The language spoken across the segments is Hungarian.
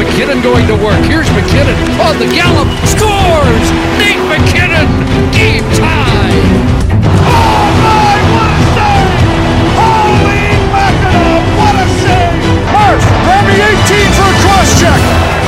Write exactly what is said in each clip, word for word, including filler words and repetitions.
McKinnon going to work. Here's McKinnon on the gallop. Scores! Nate McKinnon! Game tie! Oh my, what a save! Holy mackerel, what a save! Hurst, Remy eighteen for a cross-check!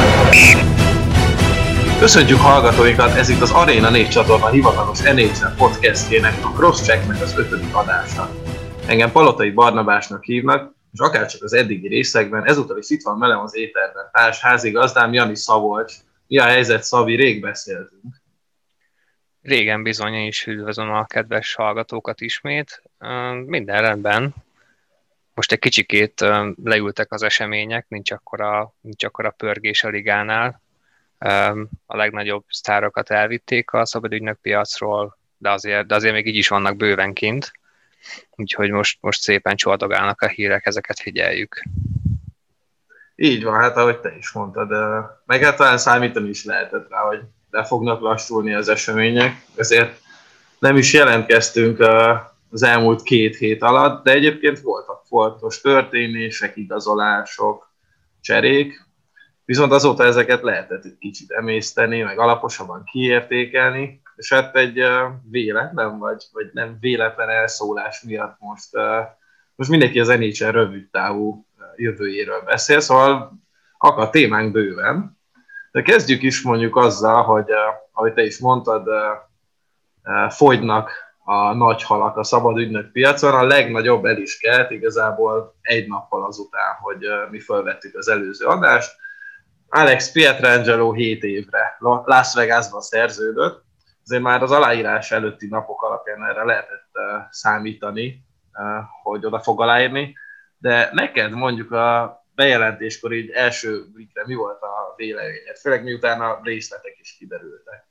Köszönjük hallgatóinkat, ez itt az Arena négy csatorna hivatalos en há el podcastjének, a Crosschecknek az ötödik adása. Engem Palotai Barnabásnak hívnak, és akárcsak az eddigi részekben, ezúttal is itt van velem az éterben társ házigazdám Jani Szabolcs. Mi a helyzet, Szabi? Rég beszéltünk. Régen bizony, én is üdvözlöm a kedves hallgatókat ismét. Minden rendben. Most egy kicsikét leültek az események, nincs akkora, nincs akkora pörgés a ligánál. A legnagyobb sztárokat elvitték a szabadügynök piacról, de azért, de azért még így is vannak bőven kint. Úgyhogy most, most szépen csordogálnak a hírek, ezeket figyeljük. Így van, hát ahogy te is mondtad, meg hát talán számítani is lehetett rá, hogy le fognak lassulni az események, ezért nem is jelentkeztünk az elmúlt két hét alatt, de egyébként voltak fontos történések, igazolások, cserék, viszont azóta ezeket lehetett egy kicsit emészteni, meg alaposabban kiértékelni, és hát egy véletlen, vagy, vagy nem véletlen elszólás miatt most, most mindenki az en há el rövid távú jövőjéről beszél, szóval akar témánk bőven. De kezdjük is mondjuk azzal, hogy ahogy te is mondtad, fogynak a nagy halak a szabadügynök piacon, a legnagyobb el is kelt igazából egy nappal azután, hogy mi felvettük az előző adást. Alex Pietrangelo hét évre Las Vegasban szerződött, azért már az aláírás előtti napok alapján erre lehetett uh, számítani, uh, hogy oda fog aláírni, de neked mondjuk a bejelentéskor így első blikre mi volt a véleményed, főleg miután a részletek is kiderültek?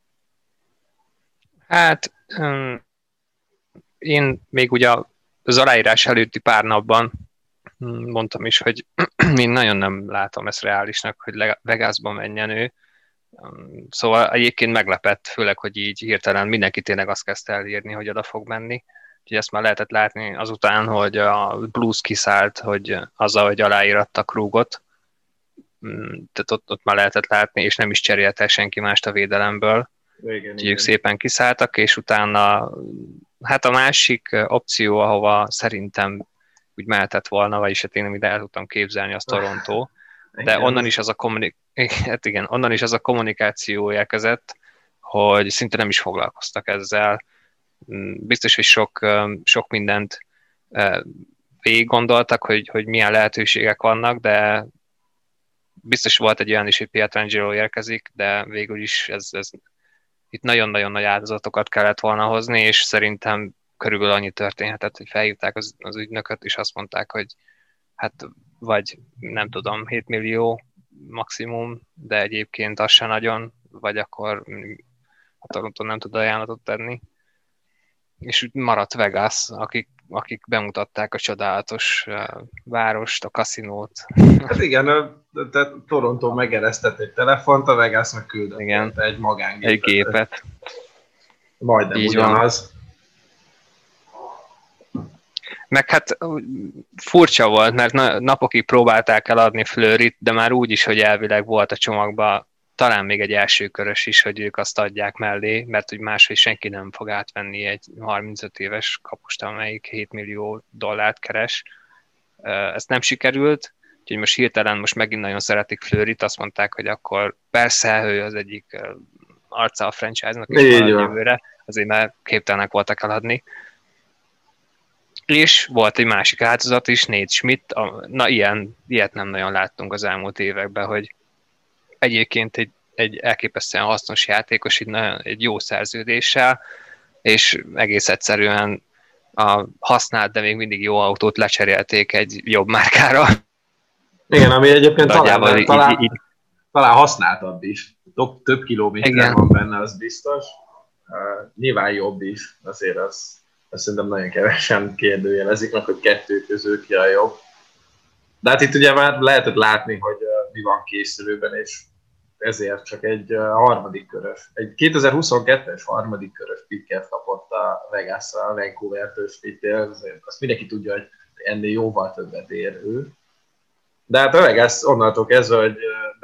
Hát um, én még ugye az aláírás előtti pár napban mondtam is, hogy én nagyon nem látom ezt reálisnak, hogy Vegasban menjen ő. Szóval egyébként meglepett, főleg, hogy így hirtelen mindenki tényleg azt kezdte elírni, hogy oda fog menni. Úgyhogy ezt már lehetett látni azután, hogy a Blues kiszállt, hogy azzal, hogy aláíratta Krugot, tehát ott, ott már lehetett látni, és nem is cserélte senki mást a védelemből. Igen, úgyhogy ők szépen kiszálltak, és utána hát a másik opció, ahova szerintem úgy mehetett volna, vagyis hát én ide el tudtam képzelni, az Toronto. De onnan is az a kommunik- hát igen, onnan is az a kommunikáció érkezett, hogy szinte nem is foglalkoztak ezzel. Biztos, hogy sok, sok mindent végig gondoltak, hogy, hogy milyen lehetőségek vannak, de biztos volt egy olyan is, hogy Pietrangelo érkezik, de végül is ez, ez itt nagyon-nagyon nagy áldozatokat kellett volna hozni, és szerintem körülbelül annyi történhetett, hogy felhívták az, az ügynököt, és azt mondták, hogy hát vagy nem tudom, hét millió maximum, de egyébként az se nagyon, vagy akkor a Toronto nem tud ajánlatot tenni. És úgy maradt Vegas, akik, akik bemutatták a csodálatos uh, várost, a kaszinót. Hát igen, tehát Toronto megeresztett egy telefont, a Vegas meg küldött igen. egy magángépet. Egy gépet. Majdnem így ugyanaz. Van. Meg hát furcsa volt, mert napokig próbálták eladni Fleuryt, de már úgy is, hogy elvileg volt a csomagban talán még egy első körös is, hogy ők azt adják mellé, mert hogy máshogy senki nem fog átvenni egy harmincöt éves kapust, amelyik hét millió dollárt keres. Ezt nem sikerült, úgyhogy most hirtelen most megint nagyon szeretik Fleuryt, azt mondták, hogy akkor persze ő az egyik arca a franchise-nak is jövőre, azért már képtelenek voltak eladni. És volt egy másik áldozat is, Nate Schmidt, na ilyen, ilyet nem nagyon láttunk az elmúlt években, hogy egyébként egy, egy elképesztően hasznos játékos, egy, nagyon, egy jó szerződéssel, és egész egyszerűen a használt, de még mindig jó autót lecserélték egy jobb márkára. Igen, ami egyébként talán, így, talán, így, talán használtabb is. Több, több kilométer van benne, az biztos. Uh, nyilván jobb is, azért az azt szerintem nagyon kevesen kérdőjelezik meg, hogy kettő közül ki a jobb. De hát itt ugye már lehetett látni, hogy uh, mi van készülőben, és ezért csak egy uh, harmadik körös, egy kétezer-huszonkettes harmadik körös picket kapott a Vegas, a Vancouver-től Schmidt-tél, azt mindenki tudja, hogy ennél jóval többet ér ő. De hát a Vegas onnantól kezdve, hogy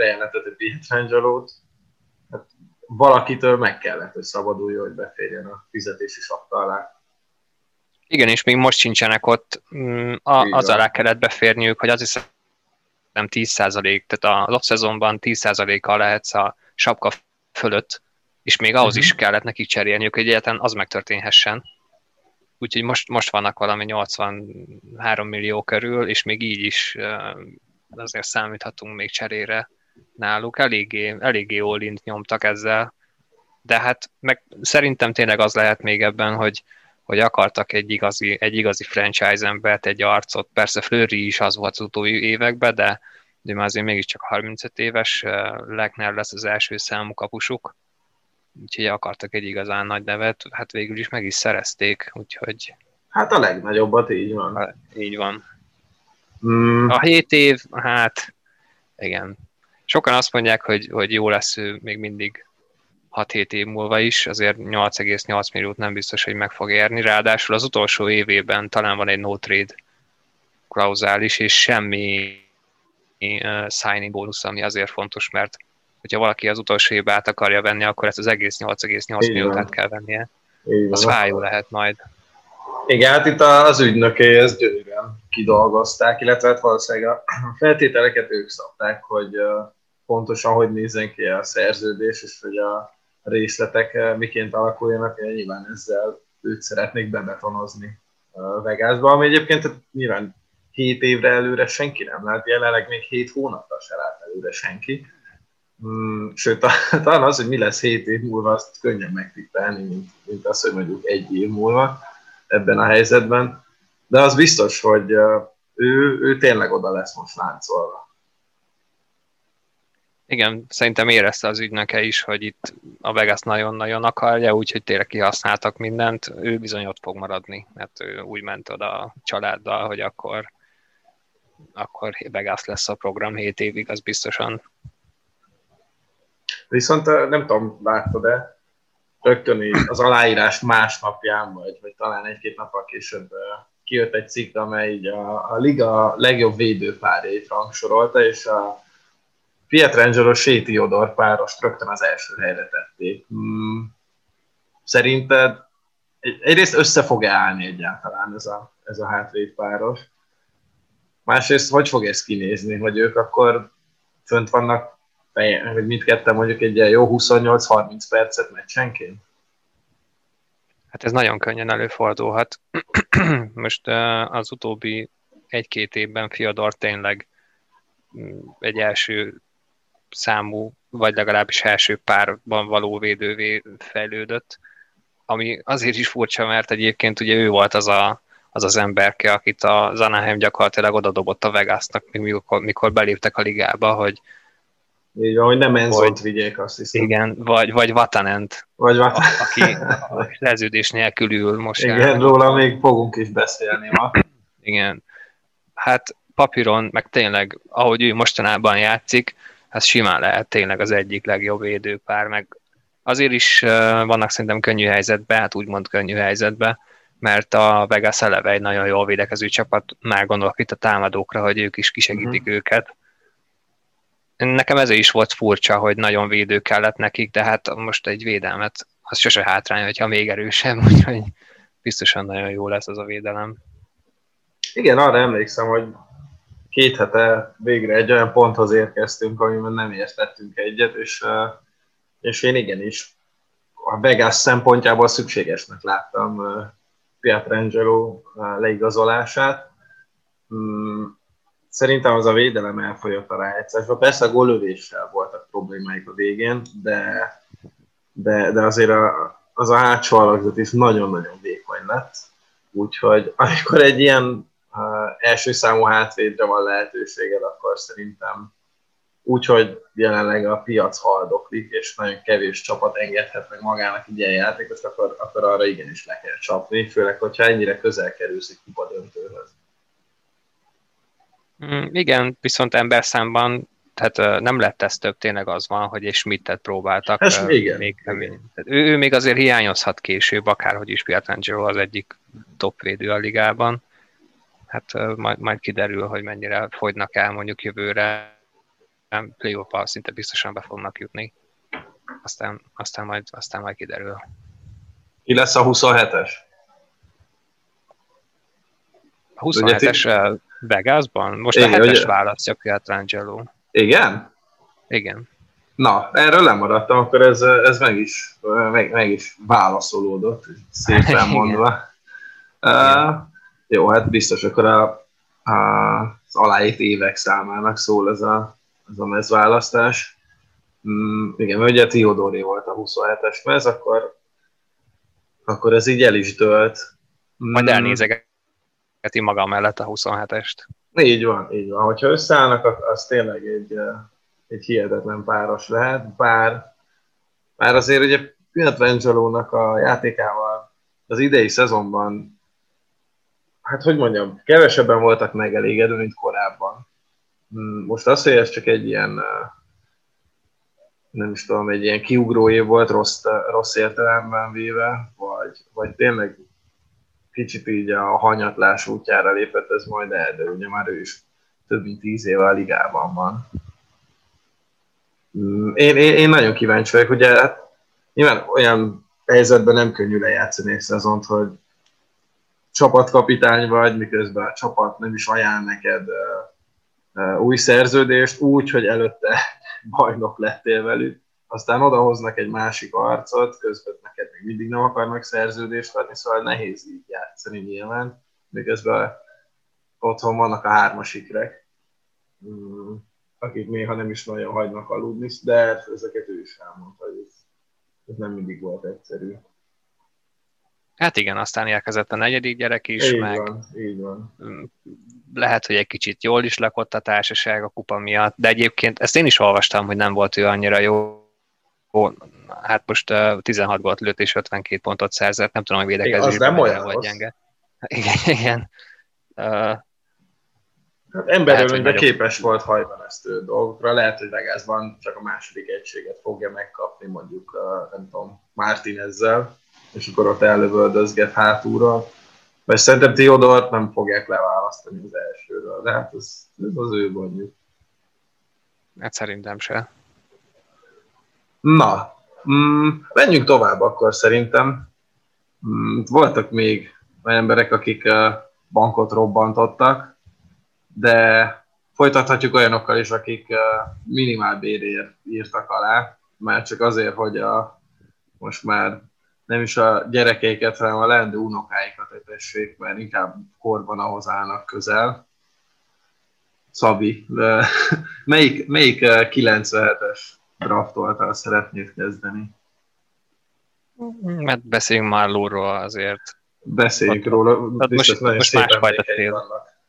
bejelentette Pietrangelo-t, hát valakitől meg kellett, hogy szabaduljon, hogy beférjen a fizetési sapka alá. Igen, és még most sincsenek ott, a, az alá kellett beférniük, hogy az hiszem nem tíz százalék, tehát az off-szezonban tíz százalékkal lehetsz a sapka fölött, és még ahhoz uh-huh. is kellett nekik cserélniük, hogy egyáltalán az megtörténhessen. Úgyhogy most, most vannak valami nyolcvanhárom millió körül, és még így is azért számíthatunk még cserére náluk. Eléggé, eléggé all-int nyomtak ezzel, de hát meg szerintem tényleg az lehet még ebben, hogy, hogy akartak egy igazi, egy igazi franchise embert, egy arcot. Persze Fleury is az volt az utóbbi években, de, de már azért mégiscsak harmincöt éves, Lechner lesz az első számú kapusuk, úgyhogy akartak egy igazán nagy nevet, hát végül is meg is szerezték, úgyhogy... Hát a legnagyobbat, így van. A, így van. Mm. A hét év, hát igen. Sokan azt mondják, hogy, hogy jó lesz ő még mindig hat-hét év múlva is, azért nyolc egész nyolc milliót nem biztos, hogy meg fog érni, ráadásul az utolsó évében talán van egy no trade klauzális, és semmi uh, signing bónusz, ami azért fontos, mert hogyha valaki az utolsó évben át akarja venni, akkor ezt az egész nyolc egész nyolc milliót át kell vennie. Az fájó lehet majd. Igen, hát itt az ügynöké ezt gyönyörűen kidolgozták, illetve hát valószínűleg a feltételeket ők szabták, hogy pontosan hogy nézzen ki a szerződés, és hogy a részletek miként alakuljanak, és nyilván ezzel őt szeretnék bebetonozni Vegasba, ami egyébként nyilván hét évre előre senki nem lát, jelenleg még hét hónapra se lát előre senki. Sőt, talán az, hogy mi lesz hét év múlva, azt könnyen megtippelni, mint, mint az, hogy mondjuk egy év múlva ebben a helyzetben. De az biztos, hogy ő, ő tényleg oda lesz most láncolva. Igen, szerintem érezte az ügynöke is, hogy itt a Vegas nagyon-nagyon akarja, úgyhogy tényleg kihasználtak mindent. Ő bizony ott fog maradni, mert ő úgy ment oda a családdal, hogy akkor, akkor Vegas lesz a program hét évig, az biztosan. Viszont nem tudom, láttad-e, rögtön így az aláírás másnapján, vagy, vagy talán egy-két nappal később kijött egy cikk, amely így a, a liga legjobb védőpárjait rangsorolta, és a Pietrangelo Shea Theodore párost rögtön az első helyre tették. Hmm. Szerinted egyrészt össze fog állni egyáltalán ez a, ez a hátvéd páros? Másrészt hogy fog ez kinézni, hogy ők akkor fönt vannak fejen, hogy mindketten mondjuk egy ilyen jó huszonnyolc-harminc percet meccsenként? Hát ez nagyon könnyen előfordulhat. Most az utóbbi egy-két évben Fiodor tényleg egy első számú, vagy legalábbis első párban való védővé fejlődött, ami azért is furcsa, mert egyébként ugye ő volt az a, az, az emberke, akit az Anaheim gyakorlatilag odadobott a Vegasnak, mikor, mikor beléptek a ligába, hogy így van, hogy nem Enzont vigyék, azt hiszem. Igen, vagy, vagy Vatanent, vagy Vatan... a, aki a szerződés nélkül ül most. Igen, jár, róla még fogunk is beszélni ma. Igen, hát papíron, meg tényleg, ahogy ő mostanában játszik, ez simán lehet tényleg az egyik legjobb védőpár, meg azért is vannak szerintem könnyű helyzetben, hát úgymond könnyű helyzetben, mert a Vegas eleve egy nagyon jól védekező csapat, már gondolok itt a támadókra, hogy ők is kisegítik uh-huh. őket. Nekem ez is volt furcsa, hogy nagyon védő kellett nekik, de hát most egy védelmet, az sose hátrány, hogyha még erősebb, úgyhogy biztosan nagyon jó lesz az a védelem. Igen, arra emlékszem, hogy két hete végre egy olyan ponthoz érkeztünk, amiben nem értettünk egyet, és, és én igenis a Vegas szempontjából szükségesnek láttam Pietrangelo leigazolását. Szerintem az a védelem elfolyott a rájátszásban. Persze a góllövéssel voltak problémáik a végén, de, de, de azért a, az a hátsó alakzat is nagyon-nagyon vékony lett. Úgyhogy amikor egy ilyen uh, első számú hátvédre van lehetőséged, akkor szerintem úgyhogy jelenleg a piac haldoklik, és nagyon kevés csapat engedhet meg magának egy ilyen játékot, akkor, akkor arra igenis le kell csapni, főleg, hogyha ennyire közel kerülsz egy kupa döntőhöz. Igen, viszont emberszámban tehát nem lett ez több, tényleg az van, hogy és Schmidtet próbáltak. Ez igen. Még, igen. Ő, ő még azért hiányozhat később, akárhogy is Pietrangelo az egyik topvédő a ligában. Hát majd, majd kiderül, hogy mennyire fogynak el mondjuk jövőre play-off-ba szinte biztosan be fognak jutni. Aztán, aztán, majd, aztán majd kiderül. Ki lesz a huszonhetes? A huszonhetes uh, Vegasban? Most igen, a hetes ugye... választja Pietrangelo. Igen? Igen. Na, erről lemaradtam, akkor ez, ez meg, is, meg, meg is válaszolódott, szépen mondva. uh, jó, hát biztos akkor a, a, az aláírt évek számának szól ez a, ez a mezválasztás. Mm, igen, mert ugye Theodoré volt a huszonhetes mez, akkor, akkor ez így el is dőlt. Mm. Majd elnézegeti maga mellett a huszonhetest. Így van, így van. Hogyha összeállnak, az tényleg egy, egy hihetetlen páros lehet, bár, bár azért ugye Pietrangelo-nak a játékával az idei szezonban, hát hogy mondjam, kevesebben voltak megelégedő, mint korábban. Most az, hogy ez csak egy ilyen, nem is tudom, egy ilyen kiugró év volt rossz, rossz értelemben véve, vagy, vagy tényleg kicsit így a hanyatlás útjára lépett, ez majd el, de ugye már ő is több mint tíz éve a ligában van. Én, én, én nagyon kíváncsi vagyok, ugye hát nyilván olyan helyzetben nem könnyű lejátszani egy szezont, hogy csapatkapitány vagy, miközben a csapat nem is ajánl neked uh, uh, új szerződést, úgy, hogy előtte bajnok lettél velük, aztán odahoznak egy másik arcot, közben neked még mindig nem akarnak szerződést adni, szóval nehéz így játszani nyilván, miközben otthon vannak a hármasikrek, akik néha nem is nagyon hagynak aludni, de ezeket ő is elmondta, hogy ez, ez nem mindig volt egyszerű. Hát igen, aztán érkezett a negyedik gyerek is, így meg van, így van. Lehet, hogy egy kicsit jól is lakott a társaság a kupa miatt, de egyébként ezt én is olvastam, hogy nem volt ő annyira jó. Hát most uh, tizenhat gólt lőtt és ötvenkét pontot szerzett, nem tudom, hogy védekezésben volt gyenge. Igen, igen. Uh, hát emberölőnyben nagyobb... képes volt hajmeresztő dolgokra, lehet, hogy Vegasban csak a második egységet fogja megkapni, mondjuk, uh, nem tudom, Martinezzel, és akkor ott ellövöldözget hátulról. Vagy szerintem Theodort nem fogják leválasztani az elsőről, de hát ez, ez az ő mondjuk. Hát szerintem se. Na, mm, menjünk tovább akkor szerintem. Mm, voltak még olyan emberek, akik uh, bankot robbantottak, de folytathatjuk olyanokkal is, akik uh, minimálbérért írtak alá, már csak azért, hogy a, most már nem is a gyerekeiket, hanem a leendő unokáikat etessék, mert inkább korban ahhoz állnak közel. Szabi, de melyik, melyik kilencvenhetes draftoltal szeretnéd kezdeni? Mert beszéljünk már Lóról azért. Beszéljük ott, róla, ott most, most másfajta tél.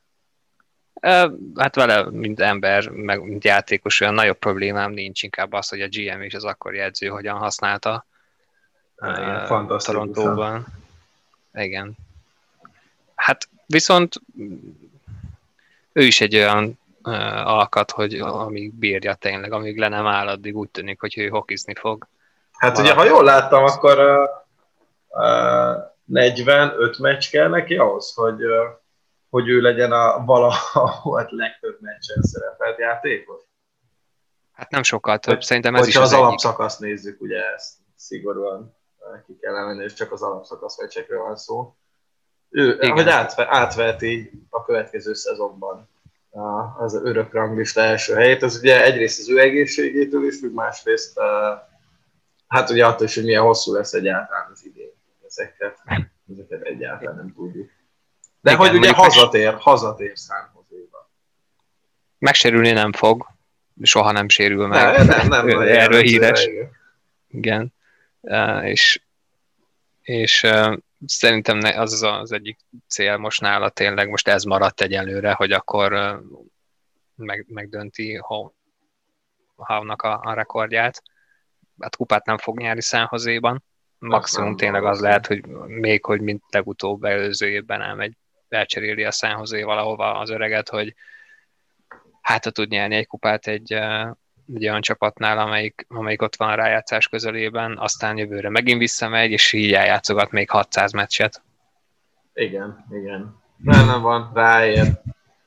Hát vele, mint ember, meg mint játékos, olyan nagyobb problémám nincs, inkább az, hogy a gé em és az akkori edző hogyan használta. Igen, fantasztikus. Torontóban. Igen. Hát viszont ő is egy olyan uh, alkat, hogy amíg bírja tényleg, amíg le nem áll, addig úgy tűnik, hogy ő hokizni fog. Hát ugye, ha jól láttam, akkor uh, uh, negyvenöt meccs kell neki ahhoz, hogy, uh, hogy ő legyen a valaha legtöbb meccsen szerepelt játékos. Hát nem sokkal több, hogy, szerintem ez is az, az alapszakaszt nézzük, ugye ezt szigorúan ki kell emelni, és csak az alapszakasz meccsekről van szó. Ő, igen. Hogy átve, átveheti a következő szezonban az örök ranglista első helyét. Ez ugye egyrészt az ő egészségétől is függ, másrészt hát ugye attól is, hogy milyen hosszú lesz egyáltalán az idén. Ezeket, ezeket egyáltalán nem tudjuk. De igen, hogy ugye hazatér, hazatér Számhozéba. Megsérülni nem fog, soha nem sérül meg. Nem, nem, nem, nem erről híres. Igen. igen. Uh, és és uh, szerintem az az egyik cél most nála tényleg, most ez maradt egyelőre, hogy akkor uh, meg, megdönti Howe-nak a, a rekordját. Hát kupát nem fog nyerni San Jose-ban. Maximum tényleg az lehet, hogy még, hogy mint legutóbb előző évben elmegy, elcseréli a San Jose valahova az öreget, hogy hát ha tud nyerni egy kupát egy uh, egy olyan csapatnál, amelyik, amelyik ott van a rájátszás közelében, aztán jövőre megint visszamegy, és így eljátszogat még hatszáz meccset. Igen, igen. Benne van, ráér.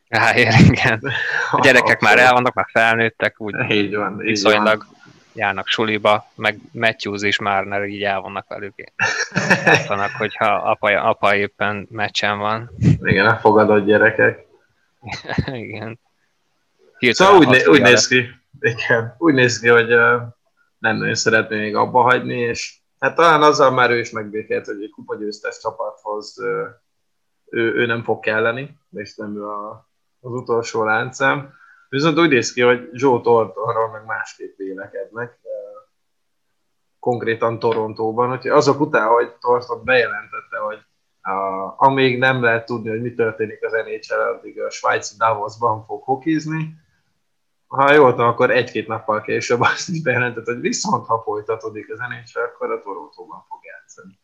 Ráér, igen. A gyerekek már el vannak, már felnőttek, úgy így van, így viszonylag van. járnak suliba, meg Matthews és Marner így el vannak velük. Játszanak, hogyha apa, apa éppen meccsen van. Igen, a fogadott gyerekek. Igen. Hirtelen szóval úgy, úgy néz ki, igen, úgy néz ki, hogy uh, nem nagyon szeretné még abba hagyni, és hát talán azzal már ő is megbékélt, hogy egy kupagyőztes csapathoz uh, ő, ő nem fog kelleni, és nem ő a, az utolsó láncszám. Viszont úgy néz ki, hogy Joe Thorntonról meg másképp vélekednek, uh, konkrétan Torontóban, úgyhogy azok után, hogy Thornton bejelentette, hogy uh, amíg nem lehet tudni, hogy mi történik az en há el, addig a svájci Davosban fog hokizni. Ha jól tudom, akkor egy-két nappal később azt is bejelentett, hogy viszont ha folytatódik az en há el, akkor a Torontóban fog játszani.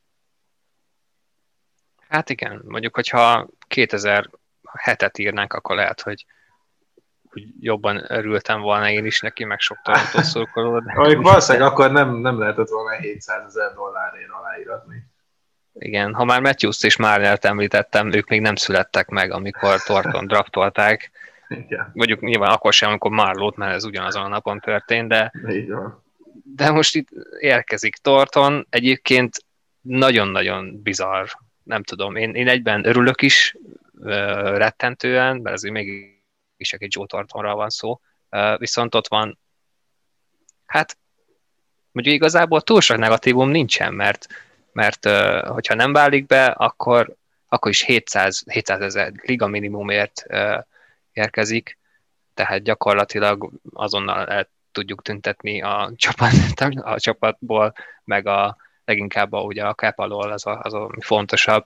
Hát igen, mondjuk, hogyha kétezer-hetet írnánk, akkor lehet, hogy, hogy jobban örültem volna én is neki, meg sok Torontó szurkoló. Amíg valószínűleg akkor nem, nem lehetett volna hétszázezer dollárért aláíratni. Igen, ha már Matthews-t és Marnert említettem, ők még nem születtek meg, amikor Thornton draftolták. Igen. Mondjuk nyilván akkor sem, amikor Marlót, mert ez ugyanazon a napon történt, de, de most itt érkezik Thornton. Egyébként nagyon-nagyon bizarr, nem tudom. Én, én egyben örülök is, rettentően, mert azért mégis egy Joe Thorntonról van szó, viszont ott van, hát mondjuk igazából túl sok negatívum nincsen, mert, mert hogyha nem válik be, akkor, akkor is hétszáz ezer liga minimumért érkezik, tehát gyakorlatilag azonnal el tudjuk tüntetni a, csapat, a csapatból, meg a leginkább a, ugye a cap alól, az a, az a fontosabb.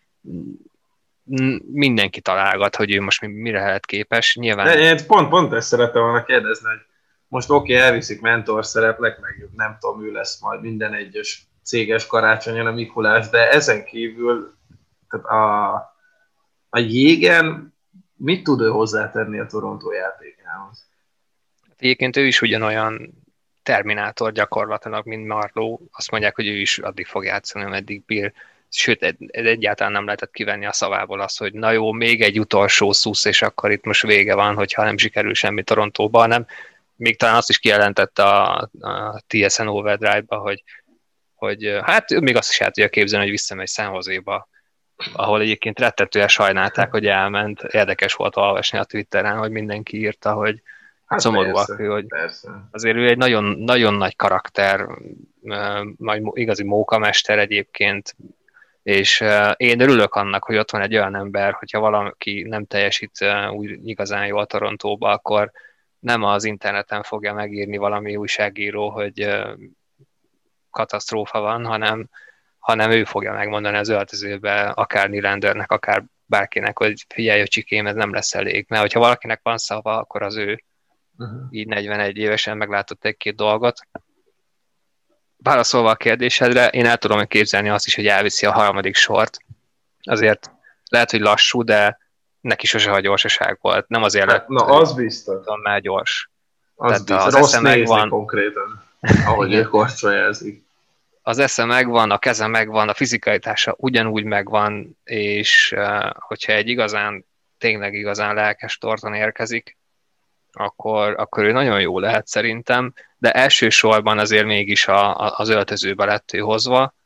Mindenki találgat, hogy ő most mire lehet képes. Nyilván... De én pont, pont ezt szerettem volna kérdezni, hogy most oké, okay, elviszik mentor szereplek, meg nem tudom, ő lesz majd minden egyes céges karácsonyon a Mikulás, de ezen kívül tehát a, a jégen mit tud ő hozzátenni a Toronto játékához? Egyébként ő is ugyanolyan terminátor gyakorlatilag, mint Marleau. Azt mondják, hogy ő is addig fog játszani, ameddig bír. Sőt, egyáltalán nem lehetett kivenni a szavából azt, hogy na jó, még egy utolsó szusz, és akkor itt most vége van, hogyha nem sikerül semmi Torontóba, hanem még talán azt is kijelentette a, a té es en Overdrive-ba, hogy, hogy hát ő még azt is el tudja képzelni, hogy visszamegy San Jose-ba, ahol egyébként rettetően sajnálták, hogy elment. Érdekes volt olvasni a Twitteren, hogy mindenki írta, hogy hát szomorúak, persze, hogy persze. Azért ő egy nagyon, nagyon nagy karakter, majd igazi mókamester egyébként, és én örülök annak, hogy ott van egy olyan ember, hogyha valaki nem teljesít úgy igazán jól Torontóba, akkor nem az interneten fogja megírni valami újságíró, hogy katasztrófa van, hanem, hanem ő fogja megmondani az öltözőbe, akár Nylandernek, akár bárkinek, hogy figyelj, a csikém, ez nem lesz elég. Mert hogyha valakinek van szava, akkor az ő. Uh-huh. Így negyvenegy évesen meglátott egy-két dolgot. Válaszolva a kérdésedre, én el tudom képzelni azt is, hogy elviszi a harmadik sort. Azért lehet, hogy lassú, de neki sose a gyorsaság volt. Nem azért hát, lett, na, az biztos. Már gyors. Az biztos. Az rossz nézni megvan, konkrétan, ahogy ő korcsolyázik. Az esze megvan, a keze megvan, a fizikalitása ugyanúgy megvan, és hogyha egy igazán, tényleg igazán lelkes Thornton érkezik, akkor, akkor ő nagyon jó lehet szerintem, de elsősorban azért mégis a, a, az öltözőbe lett ő hozva.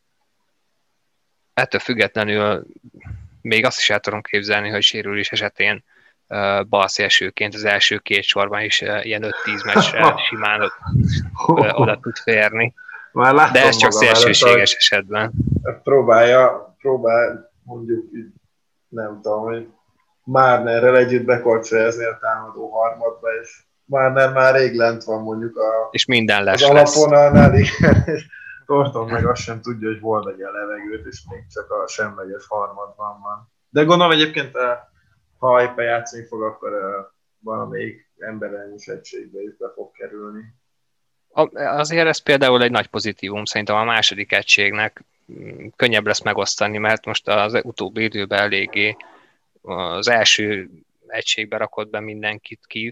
Ettől függetlenül még azt is el tudom képzelni, hogy sérülés esetén uh, balszélsőként az első két sorban is uh, ilyen öt-tíz meccsre simán uh, oda tud férni. De ez csak szélsőséges esetben. Próbálja, próbál mondjuk nem tudom, hogy Marnerrel együtt bekorcsolyozni a támadó harmadba, és Marner már rég lent van mondjuk a, és minden lesz, az alapvonalnál, igen, és Thornton meg azt sem tudja, hogy hol vegye a levegőt, és még csak a semleges harmadban van. De gondolom egyébként, ha éppen játszani fog, akkor valamelyik emberelnyis egységbe is be fog kerülni. Azért ez például egy nagy pozitívum, szerintem a második egységnek könnyebb lesz megosztani, mert most az utóbbi időben eléggé az első egységbe rakott be mindenkit Keith,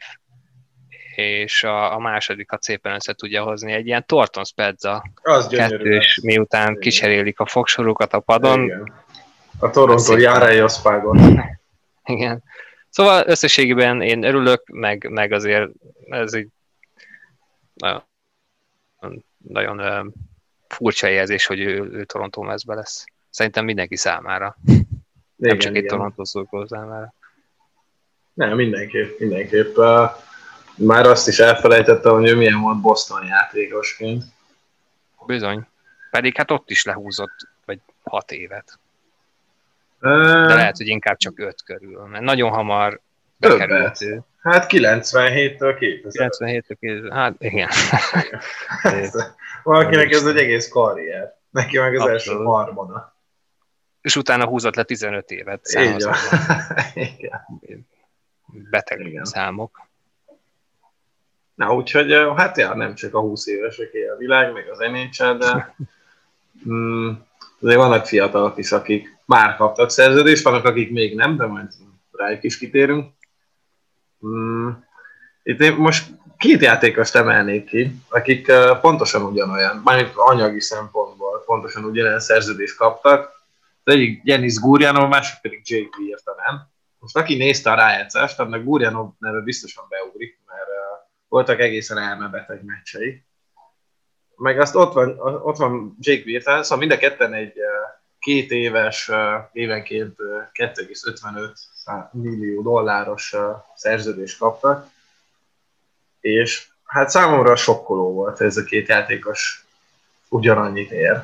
és a, a másodikat szépen össze tudja hozni. Egy ilyen Thornton Spezza kettős, miután igen. Kicserélik a fogsorúkat a padon. Igen. A Toronto Járai Oszpágon. Igen. Szóval összességében én örülök, meg, meg azért ez egy nagyon, nagyon uh, furcsa jelzés, hogy ő, ő Toronto mezbe lesz. Szerintem mindenki számára. Igen, nem csak egy Toronto szurkoló számára. Nem, mindenképp, mindenképp. Uh, már azt is elfelejtettem, hogy ő milyen volt Boston játékosként. Bizony. Pedig hát ott is lehúzott, vagy hat évet. De lehet, hogy inkább csak öt körül, mert nagyon hamar bekerült ő. Hát kilencvenhéttől kétezer. kilencvenhéttől kétezer. Hát igen. Valakinek ez egy egész karrier. Neki meg az Abszolút. első harmada. És utána húzott le tizenöt évet. Így van. Igen. Beteg igen. számok. Na úgyhogy hát ja, nem csak a húsz évesek él a világ, meg az en há el, de mm, azért vannak fiatalok is, akik már kaptak szerződést, vannak, akik még nem, de majd rájuk is kitérünk. Mm, itt én most két játékost emelnék ki, akik pontosan ugyanolyan, mármint anyagi szempontból pontosan ugyanolyan szerződést kaptak. Az egyik Denis Gurianov, a másik pedig Jake Virtanen. Most aki nézte a rájátszást, annak Gurianov neve biztosan beugrik, mert voltak egészen elmebeteg meccsei. Meg azt ott van, ott van Jake Virtanen, szóval mind a ketten egy két éves, évenként kettő egész ötvenöt millió dolláros szerződést kaptak, és hát számomra sokkoló volt, ez a két játékos ugyanannyit ér.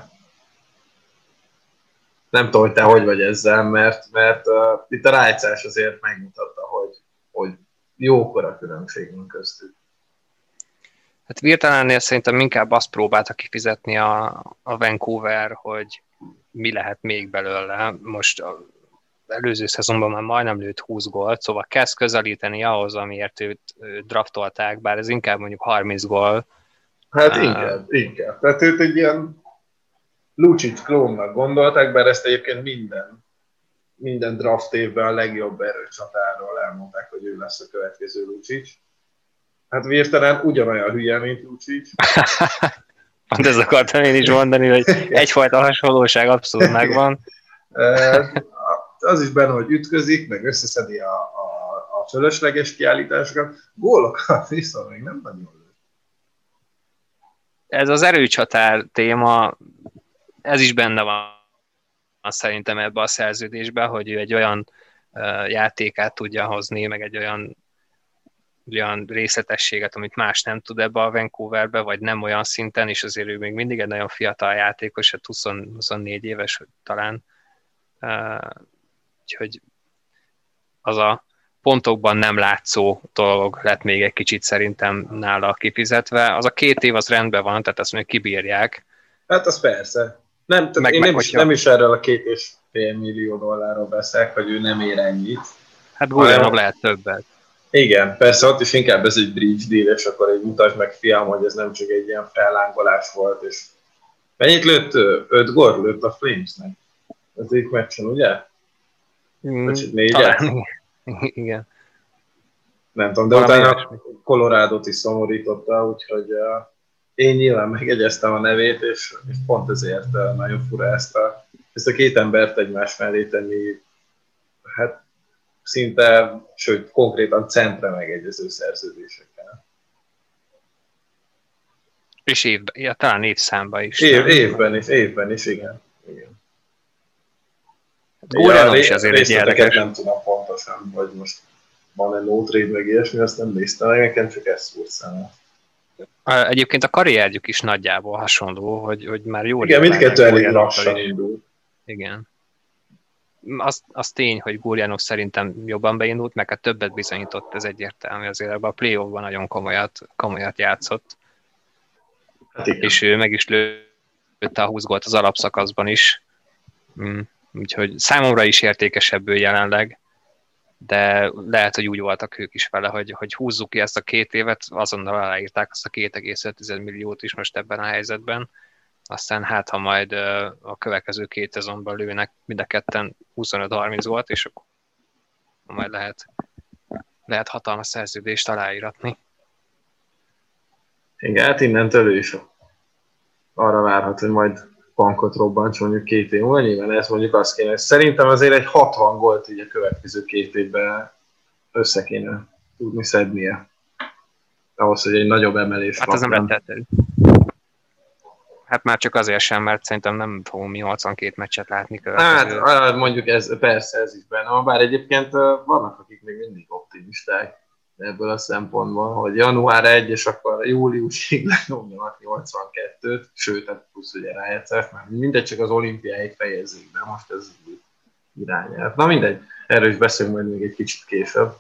Nem tudom, hogy te hogy vagy ezzel, mert, mert uh, itt a rájátszás azért megmutatta, hogy, hogy jókora különbség van köztük. Hát Virtanennél szerintem inkább azt próbálta kifizetni a, a Vancouver, hogy mi lehet még belőle. Most az előző szezonban már majdnem lőtt húsz gólt, szóval kezd közelíteni ahhoz, amiért őt draftolták, bár ez inkább mondjuk harminc gól. Hát uh, inkább, inkább. Tehát őt egy ilyen Lucic klónnak gondolták, bár ezt egyébként minden, minden draft évben a legjobb erőcsatáról elmondták, hogy ő lesz a következő Lucic. Hát Virtanen ugyanolyan hülye, mint Lucic. Pont ezt akartam én is mondani, hogy egyfajta hasonlóság abszolút megvan. Az is benne, hogy ütközik, meg összeszedi a, a, a fölösleges kiállításokat. Gólokat viszont még nem nagyon lőtt. Ez az erőcsatár téma, ez is benne van szerintem ebbe a szerződésben, hogy ő egy olyan uh, játékát tudja hozni, meg egy olyan, olyan részletességet, amit más nem tud ebbe a Vancouverbe, vagy nem olyan szinten, és azért ő még mindig egy nagyon fiatal játékos, hát húsz, huszonnégy éves talán. Uh, úgyhogy az a pontokban nem látszó dolog lett még egy kicsit szerintem nála kifizetve. Az a két év az rendben van, tehát azt még kibírják. Hát az persze. Nem, meg, én meg, nem, is, nem is erről a két és fél millió dollárról beszélek, hogy ő nem ér ennyit. Hát Gurianov lehet többet. Igen, persze ott is inkább ez egy bridge deal, és akkor egy mutasd meg, fiam, hogy ez nem csak egy ilyen fellángolás volt, és mennyit lőtt? Öt gól lőtt a Flamesnek? Az egyik meccsen, ugye? Mm, talán, igen. Nem tudom, de valami utána Colorado-t is szomorította, úgyhogy uh, én nyilván megjegyeztem a nevét, és, és pont ezért uh, nagyon fura ezt a, ezt a két embert egymás mellé tenni, hát szinte, sőt, konkrétan centre megegyező szerződésekkel. És évben, ja, talán évszámban is. Év, évben is, évben is, igen. igen. Gurianov is azért egy érdekes. Nem tudom pontosan, hogy most van-e no trade meg ilyesmi, azt nem néztem meg, nekem csak ez szúrt számát. Egyébként a karrierjük is nagyjából hasonló, hogy, hogy már jól... Igen, mindkettő elég lassan indul. Igen. Az, az tény, hogy Gurianov szerintem jobban beindult, meg a többet bizonyított, ez egyértelmű, azért ebben a play-offban nagyon komolyat, komolyat játszott. Hát és ő meg is lőtte a húsz gólt az alapszakaszban is. Mm. Úgyhogy számomra is értékesebb ő jelenleg, de lehet, hogy úgy voltak ők is vele, hogy, hogy húzzuk ki ezt a két évet, azonnal aláírták azt a két egész öt milliót is most ebben a helyzetben, aztán hát, ha majd a következő két szezonban lőnek mind a ketten huszonöt-harminc volt, és akkor majd lehet, lehet hatalmas szerződést aláíratni. Igen, hát innentől ő is arra várhat, hogy majd bankot robbants mondjuk két év múlva, nyilván ez mondjuk azt kéne, szerintem azért egy hatvan gólt így a következő két évben össze kéne tudni szednie. Ahhoz, hogy egy nagyobb emelés Hát ez nem rettető. Hát már csak azért sem, mert szerintem nem fogunk mi nyolcvankét meccset látni következő. Hát mondjuk ez, persze ez is benne van, bár egyébként vannak, akik még mindig optimisták ebből a szempontból, hogy január elseje és akkor júliusig lenyomjanak nyolcvankettőt, sőt, tehát plusz ugye rájátszás, mert mindegy, csak az olimpiáig fejezzék be, most ez irányelv. Na mindegy, erről is beszélünk majd még egy kicsit később.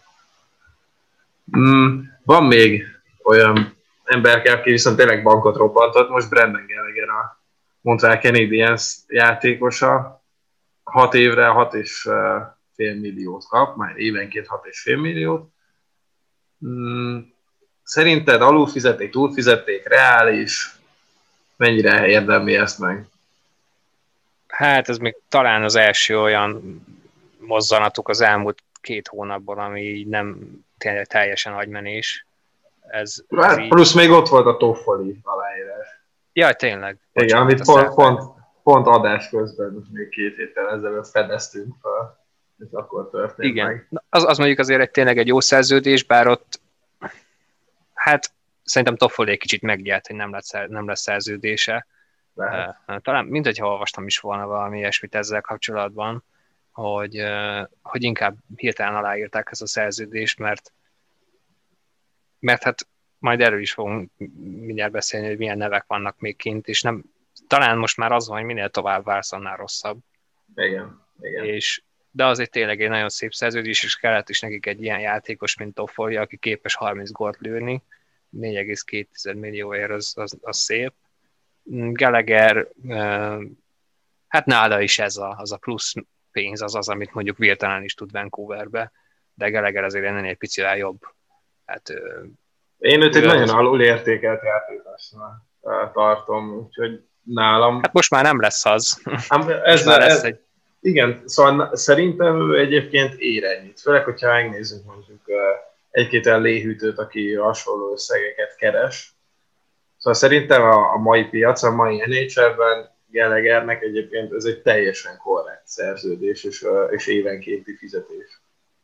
Mm, van még olyan ember, aki viszont tényleg bankot robbantott, most Brendan Gallagher a Montreal Canadiens játékosa, hat évre hat és fél milliót kap, már évenként hat és fél milliót. Mm, szerinted alulfizették, túlfizették, reális? Mennyire érdemli ezt meg? Hát ez még talán az első olyan mozzanatuk az elmúlt két hónapban, ami nem teljesen agymenés. Ez, hát, ez plusz így... még ott volt a Toffoli aláírás. Jaj, tényleg. Igen, amit pont, pont, pont adás közben még két héttel ezelőtt fedeztünk fel. Ez akkor történt igen. meg. Az, az mondjuk azért egy, tényleg egy jó szerződés, bár ott hát szerintem Toffoli egy kicsit meggyert, hogy nem lesz, nem lesz szerződése. Lehet. Talán minthogyha olvastam is volna valami ilyesmit ezzel kapcsolatban, hogy, hogy inkább hirtelen aláírták ezt a szerződést, mert mert hát majd erről is fogunk mindjárt beszélni, hogy milyen nevek vannak még kint, és nem, talán most már az van, hogy minél tovább vársz, annál rosszabb. Igen, igen. És, de azért tényleg egy nagyon szép szerződés, és kellett is nekik egy ilyen játékos, mint Toffoli, aki képes harminc gólt lőni, négy egész két millióért az, az, az szép. Gallagher, hát nála is ez a, az a plusz pénz, az az, amit mondjuk virtuálisan is tud Vancouverbe, de Gallagher azért ennél egy picivel jobb. Hát, én őt egy nagyon alulértékelt játékosnak tartom, úgyhogy nálam... Hát most már nem lesz az. Ez, már lesz ez, egy... Igen, szóval szerintem ő egyébként ér ennyit. Főleg, hogyha megnézzük mondjuk egy-két olyan léhűtőt, aki hasonló összegeket keres. Szóval szerintem a, a mai piac, a mai en há el-ben Gallaghernek egyébként ez egy teljesen korrekt szerződés és, és évenkénti fizetés.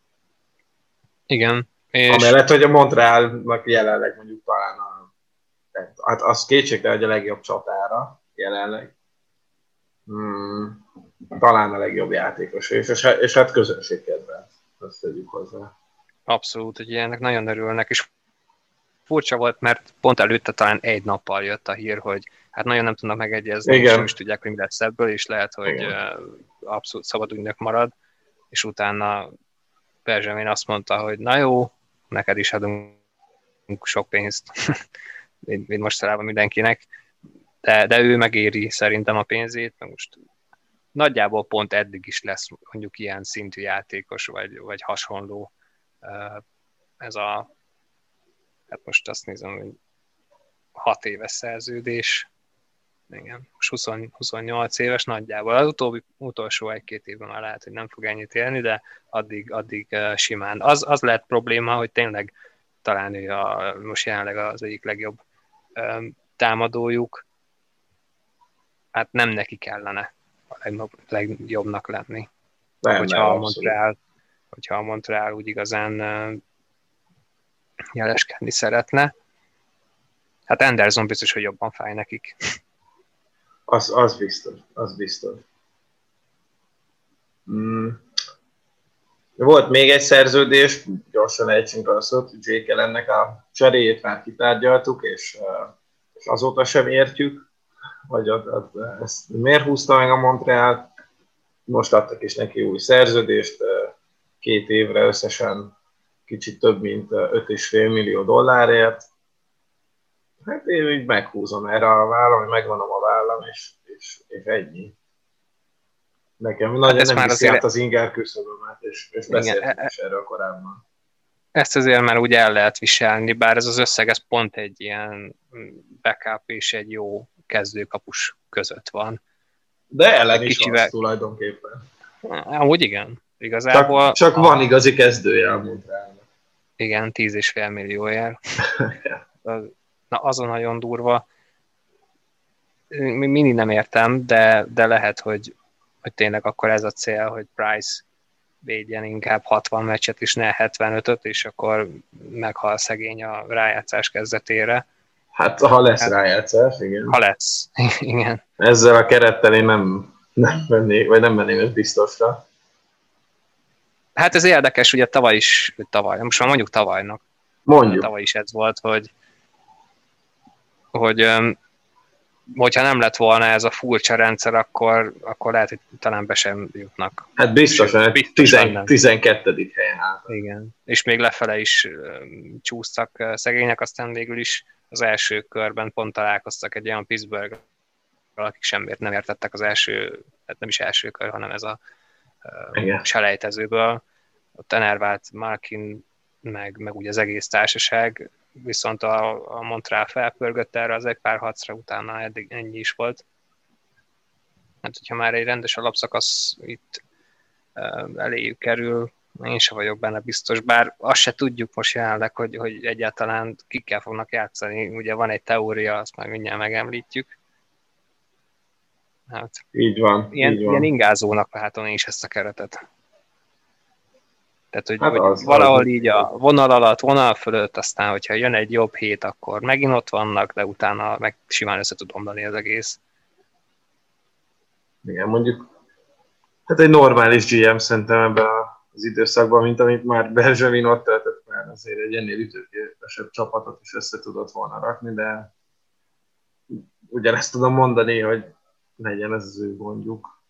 Igen. És... Amellett, hogy a Montrealnak jelenleg mondjuk talán a, hát az kétségtelen, hogy a legjobb csatára jelenleg. Hmm, talán a legjobb játékos, és, és, és hát közönségkedvenc, azt tegyük hozzá. Abszolút, hogy ilyennek nagyon örülnek, és furcsa volt, mert pont előtte talán egy nappal jött a hír, hogy hát nagyon nem tudnak megegyezni, igen. És nem is tudják, hogy mi lesz ebből, és lehet, hogy igen. Abszolút szabad ügynök marad, és utána Bergevin azt mondta, hogy na jó, neked is adunk sok pénzt, mint mostanában mindenkinek, de, de ő megéri szerintem a pénzét, mert most nagyjából pont eddig is lesz mondjuk ilyen szintű játékos, vagy, vagy hasonló. Ez a, hát most azt nézem, hogy hat éves szerződés, igen, most húsz, huszonnyolc éves nagyjából. Az utóbbi, utolsó egy-két évben már lehet, hogy nem fog ennyit élni, de addig, addig uh, simán. Az, az lehet probléma, hogy tényleg talán ő a, most jelenleg az egyik legjobb um, támadójuk. Hát nem neki kellene a legjobb, legjobbnak lenni. Nem, hogyha, nem, a Montreal, hogyha a Montreal úgy igazán uh, jeleskedni szeretne. Hát Anderson biztos, hogy jobban fáj nekik. Az, az biztos, az biztos. Mm. Volt még egy szerződés, gyorsan ejtsünk a szót, Jake Allennek a cseréjét már kitárgyaltuk, és, és azóta sem értjük, hogy az, az, ezt miért húzta meg a Montreal. Most adtak is neki új szerződést, két évre összesen kicsit több, mint öt és fél millió dollárért. Hát én így meghúzom erre a vállam, hogy megvonom a vállam, és, és, és ennyi. Nekem hát nagyon nem viszi át az inger küszöbömet, és, és beszéltünk is erről korábban. Ezt azért már úgy el lehet viselni, bár ez az összeg, ez pont egy ilyen backup és egy jó kezdőkapus között van. De ellen is kicsivel... az tulajdonképpen. Amúgy igen. Igazából csak, csak a... van igazi kezdője a Montrealnak. Igen, tíz és fél millióért. Na, az a nagyon durva. Mindig nem értem, de, de lehet, hogy, hogy tényleg akkor ez a cél, hogy Price védjen inkább hatvan meccset is, ne hetvenötöt, és akkor meghal szegény a rájátszás kezdetére. Hát, ha lesz hát, rájátszás, igen. Ha lesz, igen. Ezzel a kerettel én nem, nem mennék, vagy nem menném ezt biztosra. Hát ez érdekes, ugye tavaly is, tavaly, most már mondjuk tavalynak. Mondjuk. Tavaly is ez volt, hogy, hogy hogyha nem lett volna ez a furcsa rendszer, akkor, akkor lehet, hogy talán be sem jutnak. Hát biztosan, biztosan tizenkettedik helyen állt. Igen, és még lefele is um, csúsztak uh, szegények, aztán végül is az első körben pont találkoztak egy olyan Pittsburgh, akik semmiért nem értettek az első, hát nem is első kör, hanem ez a uh, selejtezőből. Ott enervált Malkin, meg, meg ugye az egész társaság, viszont a, a Montreal felpörgött erre az egy pár harcra, utána eddig ennyi is volt. Hát, hogyha már egy rendes alapszakasz itt uh, eléjük kerül, én sem vagyok benne biztos, bár azt se tudjuk most jelenleg, hogy, hogy egyáltalán kikkel fognak játszani. Ugye van egy teória, azt már mindjárt megemlítjük. Hát, így van. Ilyen, így van. ilyen ingázónak látom én is ezt a keretet. Tehát, hogy, hát hogy az, valahol az. így a vonal alatt, vonal fölött, aztán, hogyha jön egy jobb hét, akkor megint ott vannak, de utána meg simán össze tud omlani az egész. Igen, mondjuk, hát egy normális gé em szerintem ebben az időszakban, mint amit már Bergevin ott töltött, már azért egy ennél ütőképesebb csapatot is össze tudott volna rakni, de ugyanezt tudom mondani, hogy legyen ez az ő gondjuk.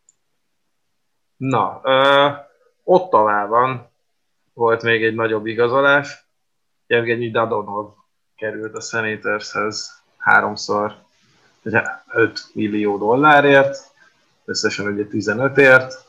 Na, uh, Ottawában volt még egy nagyobb igazolás. Evgenyi Dadonov került a Senatorshez háromszor öt millió dollárért, összesen ugye tizenötért.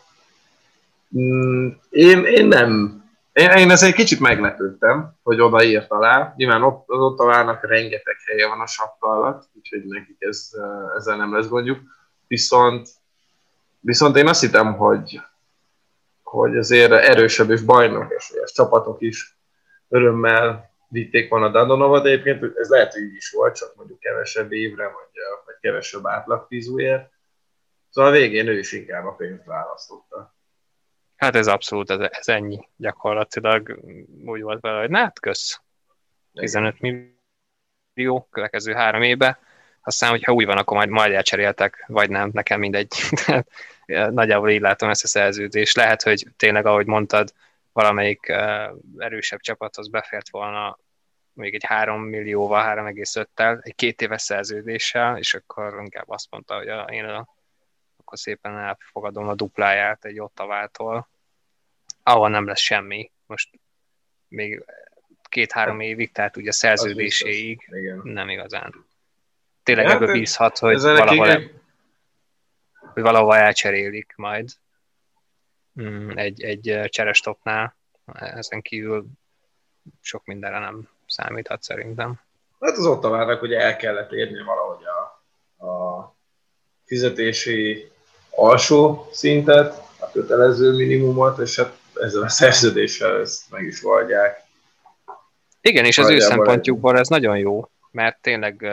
Én, én nem, én, én ezzel egy kicsit meglepődtem, hogy odaírt alá. Nyilván ott, az Ottavának rengeteg helye van a sapka alatt, úgyhogy nekik ez, ezzel nem lesz gondjuk. Viszont, viszont én azt hittem, hogy, hogy azért erősebb és bajnok esélyes csapatok is örömmel vitték volna Dadonovot, de egyébként ez lehet, hogy így is volt, csak mondjuk kevesebb évre, vagy, vagy kevesebb átlagfizúért. Szóval a végén ő is inkább a pénzt választotta. Hát ez abszolút, ez, ez ennyi gyakorlatilag. Úgy volt vele, hogy na hát kösz. tizenöt millió következő három évbe. Aztán, hogyha úgy van, akkor majd, majd elcseréltek, vagy nem, nekem mindegy. Nagyjából így látom ezt a szerződést. Lehet, hogy tényleg, ahogy mondtad, valamelyik uh, erősebb csapathoz befért volna még egy három millióval, három egész öttel, egy két éves szerződéssel, és akkor inkább azt mondta, hogy a, én a, akkor szépen elfogadom a dupláját egy Ottawától, ahol nem lesz semmi. Most még két-három évig, tehát ugye a szerződéséig nem igazán. Tényleg ebből bízhat, hogy valahol, el, hogy valahol elcserélik majd egy, egy cserestopnál. Ezen kívül sok mindenre nem számíthat szerintem. Hát az Ottavának ugye el kellett érni valahogy a, a fizetési alsó szintet, a kötelező minimumot, és hát ezzel a szerződéssel ezt meg is oldják. Igen, és az ő szempontjukból ez nagyon jó, mert tényleg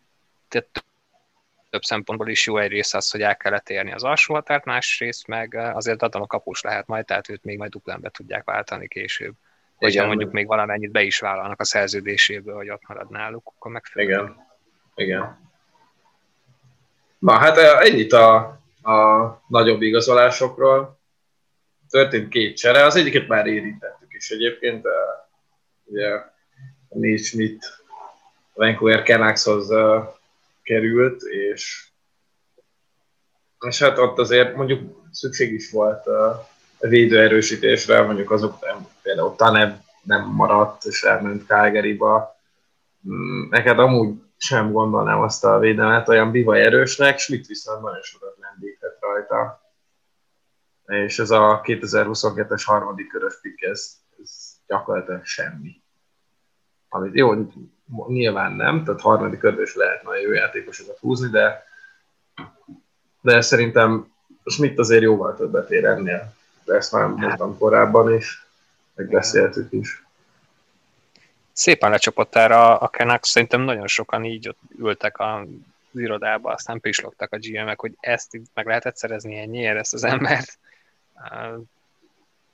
több szempontból is jó, egyrészt az, hogy el kellett érni az alsó határt, másrészt meg azért adom a kapus lehet majd, tehát őt még majd duplán be tudják váltani később. Hogyha mondjuk még valamennyit be is vállalnak a szerződéséből, hogy ott marad náluk, akkor megfelelő. Igen, igen. Na hát ennyit a, a nagyobb igazolásokról. Történt két csere, az egyiket már érintettük is egyébként. Ugye Neil Schmidt Vancouver Canuckshoz uh, került, és, és hát ott azért mondjuk szükség is volt uh, védőerősítésre, mondjuk azok nem, például Tanev nem maradt, és elment Calgaryba. Neked amúgy sem gondolnám azt a védelmet olyan bivaj erősnek, Schmidt viszont nagyon sokat lendített rajta. És ez a kétezer-huszonkettes harmadik körös pick, ez, ez gyakorlatilag semmi. Amit jó, nyilván nem, tehát harmadik körben is lehet nagyon jó játékosokat húzni, de, de szerintem Schmidt azért jóval többet ér ennél. De ezt már mondtam korábban is, meg beszéltük is. Szépen lecsapott erre a Canucks, szerintem nagyon sokan így ott ültek az irodába, aztán pislogtak a gé em-ek, hogy ezt meg lehetett szerezni ennyiért, ezt az embert.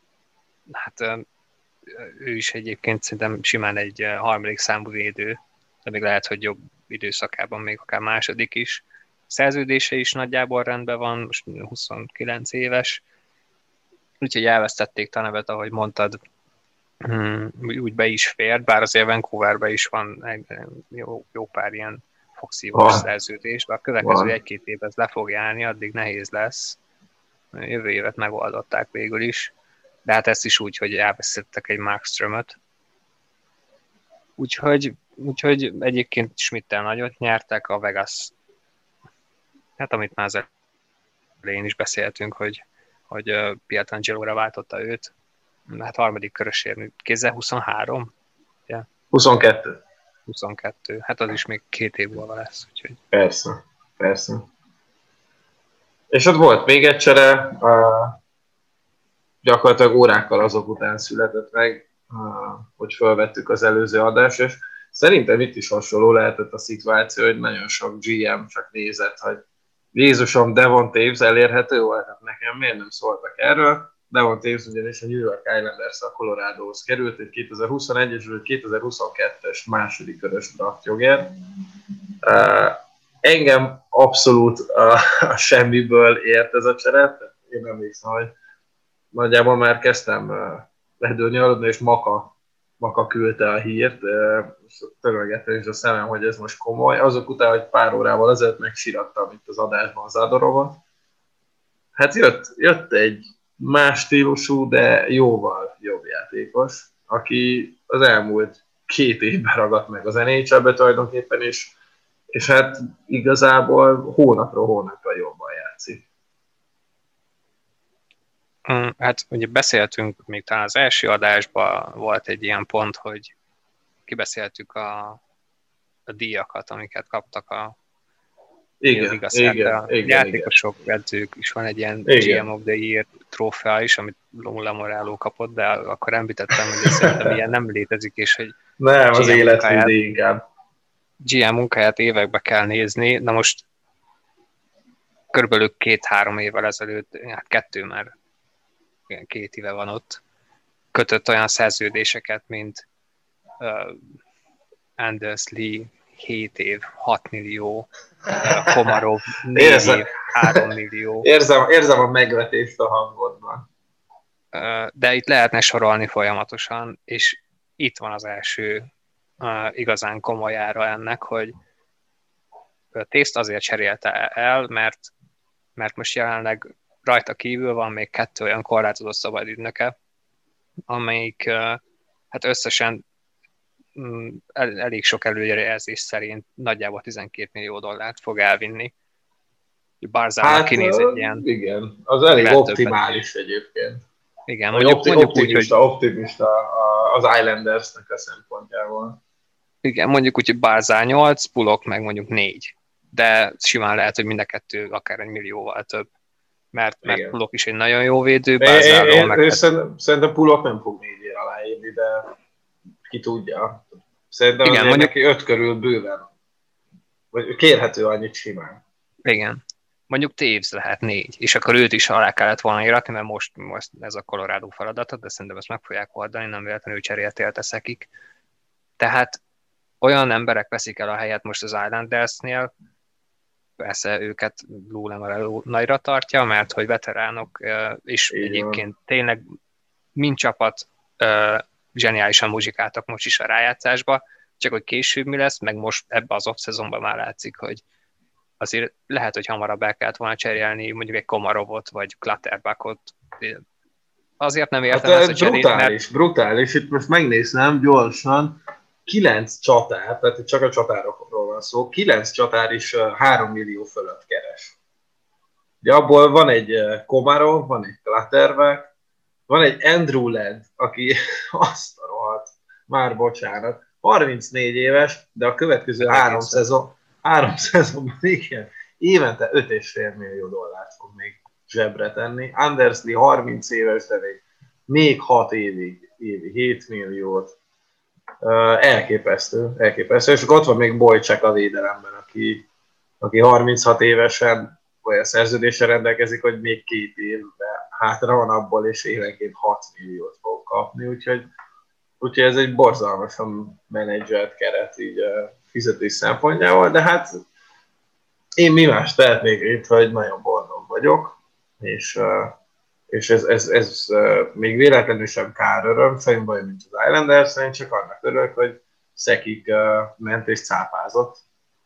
hát ő is egyébként szerintem simán egy harmadik számú védő, de még lehet, hogy jobb időszakában még akár második is. Szerződése is nagyjából rendben van, most huszonkilenc éves, úgyhogy elvesztették a nevet, ahogy mondtad, úgy be is fér, bár azért Vancouverben is van egy jó, jó pár ilyen fogszívós ah. szerződés, de a következő ah. egy-két év ez le fog járni, addig nehéz lesz. Jövő évet megoldották végül is, de hát ezt is úgy, hogy elvesztettek egy Markströmöt. Úgyhogy, úgyhogy egyébként Schmidttel nagyot nyertek, a Vegas, hát amit már az elején is beszéltünk, hogy, hogy Pietrangelo-ra váltotta őt, hát harmadik körösért kézzel huszonhárom? Yeah. huszonkettő. huszonkettő. Hát az is még két év múlva lesz. Úgyhogy... Persze, persze. És ott volt még egy csere, uh, gyakorlatilag órákkal azok után született meg, uh, hogy felvettük az előző adást, és szerintem itt is hasonló lehetett a szituáció, hogy nagyon sok gé em csak nézett, hogy Jézusom, Devon Toews elérhető volt, hát nekem miért nem szóltak erről. Devon Toews ugyanis a New York Islanders a Coloradohoz került, egy kétezer-huszonegyes vagy kétezer-huszonkettes második körös draft jogért. Uh, engem abszolút a, a semmiből ért ez a csere. Én emlékszem, hogy nagyjából már kezdtem uh, ledőlni aludni, és Maka, Maka küldte a hírt, uh, és törölgettem is a szemem, hogy ez most komoly. Azok után, hogy pár órával azért megsirattam itt az adásban Zadorovot. Hát jött, jött egy más stílusú, de jóval jobb játékos, aki az elmúlt két évben ragadt meg az en há el-be tulajdonképpen, és, és hát igazából hónapról hónapra jobban játszik. Hát ugye beszéltünk, még talán az első adásban volt egy ilyen pont, hogy kibeszéltük a, a díjakat, amiket kaptak a Igen, igen, igen, igen, játékosok, igen. Edzők is van egy ilyen igen. gé em of the Year trófea is, amit Lou Lamoriello kapott, de akkor említettem, hogy szerintem ilyen nem létezik, és hogy nem, az életműdé inkább. gé em munkáját évekbe kell nézni, na most körülbelül két-három évvel ezelőtt, hát kettő már két éve van ott, kötött olyan szerződéseket, mint uh, Anders Lee, hét év, hat millió, Komarov, négy év, három millió. Érzem, érzem a megvetést a hangodban. De itt lehetne sorolni folyamatosan, és itt van az első uh, igazán komolyára ennek, hogy Toews azért cserélte el, mert, mert most jelenleg rajta kívül van még kettő olyan korlátozott szabadügynöke, amelyik uh, hát összesen El, elég sok előrejelzés szerint nagyjából tizenkét millió dollárt fog elvinni. Barzának hát, kinéz egy ilyen... Igen, az elég optimális többet. Egyébként. Igen, mondjuk, opti, mondjuk optimista, úgy, hogy... optimista az Islandersnek a szempontjából. Igen, mondjuk úgy, hogy Barzá nyolc, Pulok meg mondjuk négy. De simán lehet, hogy mind a kettő akár egy millióval több. Mert, mert Pulok is egy nagyon jó védő, Barzáról meg... Én, szerintem, szerintem Pulok nem fog négyért aláírni, de ki tudja. Szerintem igen, mondjuk neki öt körül bőven. Vagy kérhető annyit simán. Igen. Mondjuk Toews lehet négy, és akkor őt is alá kellett volna iratni, mert most, most ez a Colorado feladata, de szerintem ezt meg fogják oldani, nem véletlenül cserélt élteszekik. Tehát olyan emberek veszik el a helyet most az Islandersnél, persze őket Lou Lamoriello nagyra tartja, mert hogy veteránok, és igen. Egyébként tényleg mind csapat zseniálisan muzsikáltak most is a rájátszásba, csak hogy később mi lesz, meg most ebbe az off-szezonban már látszik, hogy azért lehet, hogy hamarabb el kellett volna cserélni mondjuk egy Komarovot, vagy Clutterbuckot. Azért nem értem hát, ezt a cserét, brutális, mert... brutális, itt most megnézem gyorsan, kilenc csatár, tehát csak a csatárokról van szó, kilenc csatár is három millió fölött keres. Ugye abból van egy Komarov, van egy Clutterbuck, van egy Andrew Ladd, aki azt a rohadt, már bocsánat, harmincnégy éves, de a következő de három szezon, három szezonban igen, évente öt egész öt millió dollárt fog még zsebre tenni. Anders Lee harminc éves, de még, még hat évig, évi hét milliót. Uh, elképesztő, elképesztő. És ott van még Boychuk a védelemben, aki, aki harminchat évesen olyan szerződéssel rendelkezik, hogy még két évben hátra van abból, és évenként hat milliót fog kapni, úgyhogy, úgyhogy ez egy borzalmasan menedzselt keret így a fizetés szempontjából, de hát én mi más tehetnék itt, hogy nagyon boldog vagyok, és, és ez, ez, ez még véletlenül sem kár öröm, semmi baj, mint az Islanders, én csak annak örülök, hogy Szekik ment és cápázott.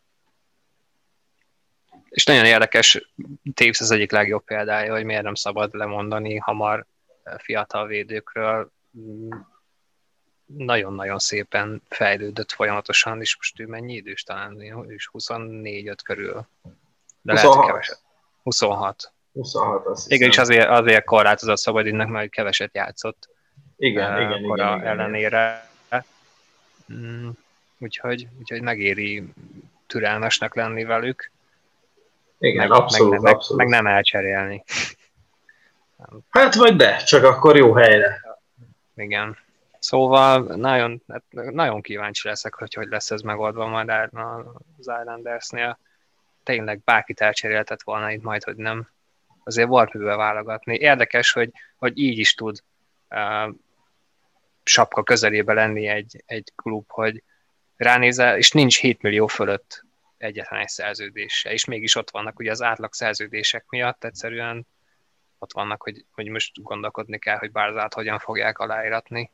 És nagyon érdekes, Taves az egyik legjobb példája, hogy miért nem szabad lemondani hamar fiatal védőkről. Nagyon-nagyon szépen fejlődött folyamatosan, és most ő mennyi idős talán? Ő is huszonnégy öt körül. De huszonhat. Lehet, hogy keveset. huszonhat. huszonhat, azt igen, és azért, azért korlátozott Szabadidnak, mert keveset játszott. Igen, uh, igen, kora igen, ellenére. Igen. Úgyhogy, úgyhogy megéri türelmesnek lenni velük. Igen, meg, abszolút, meg, abszolút. Meg, meg nem elcserélni. Hát vagy de, csak akkor jó helyre. Igen. Szóval nagyon, nagyon kíváncsi leszek, hogy hogy lesz ez megoldva majd az Islandersnél. Tényleg bárkit elcserélhetett volna itt majd, hogy nem. Azért volt mivel válogatni. Érdekes, hogy, hogy így is tud uh, sapka közelébe lenni egy, egy klub, hogy ránézel, és nincs hét millió fölött egyetlen egy szerződése, és mégis ott vannak ugye az átlag szerződések miatt egyszerűen ott vannak, hogy, hogy most gondolkodni kell, hogy Barzát hogyan fogják aláíratni.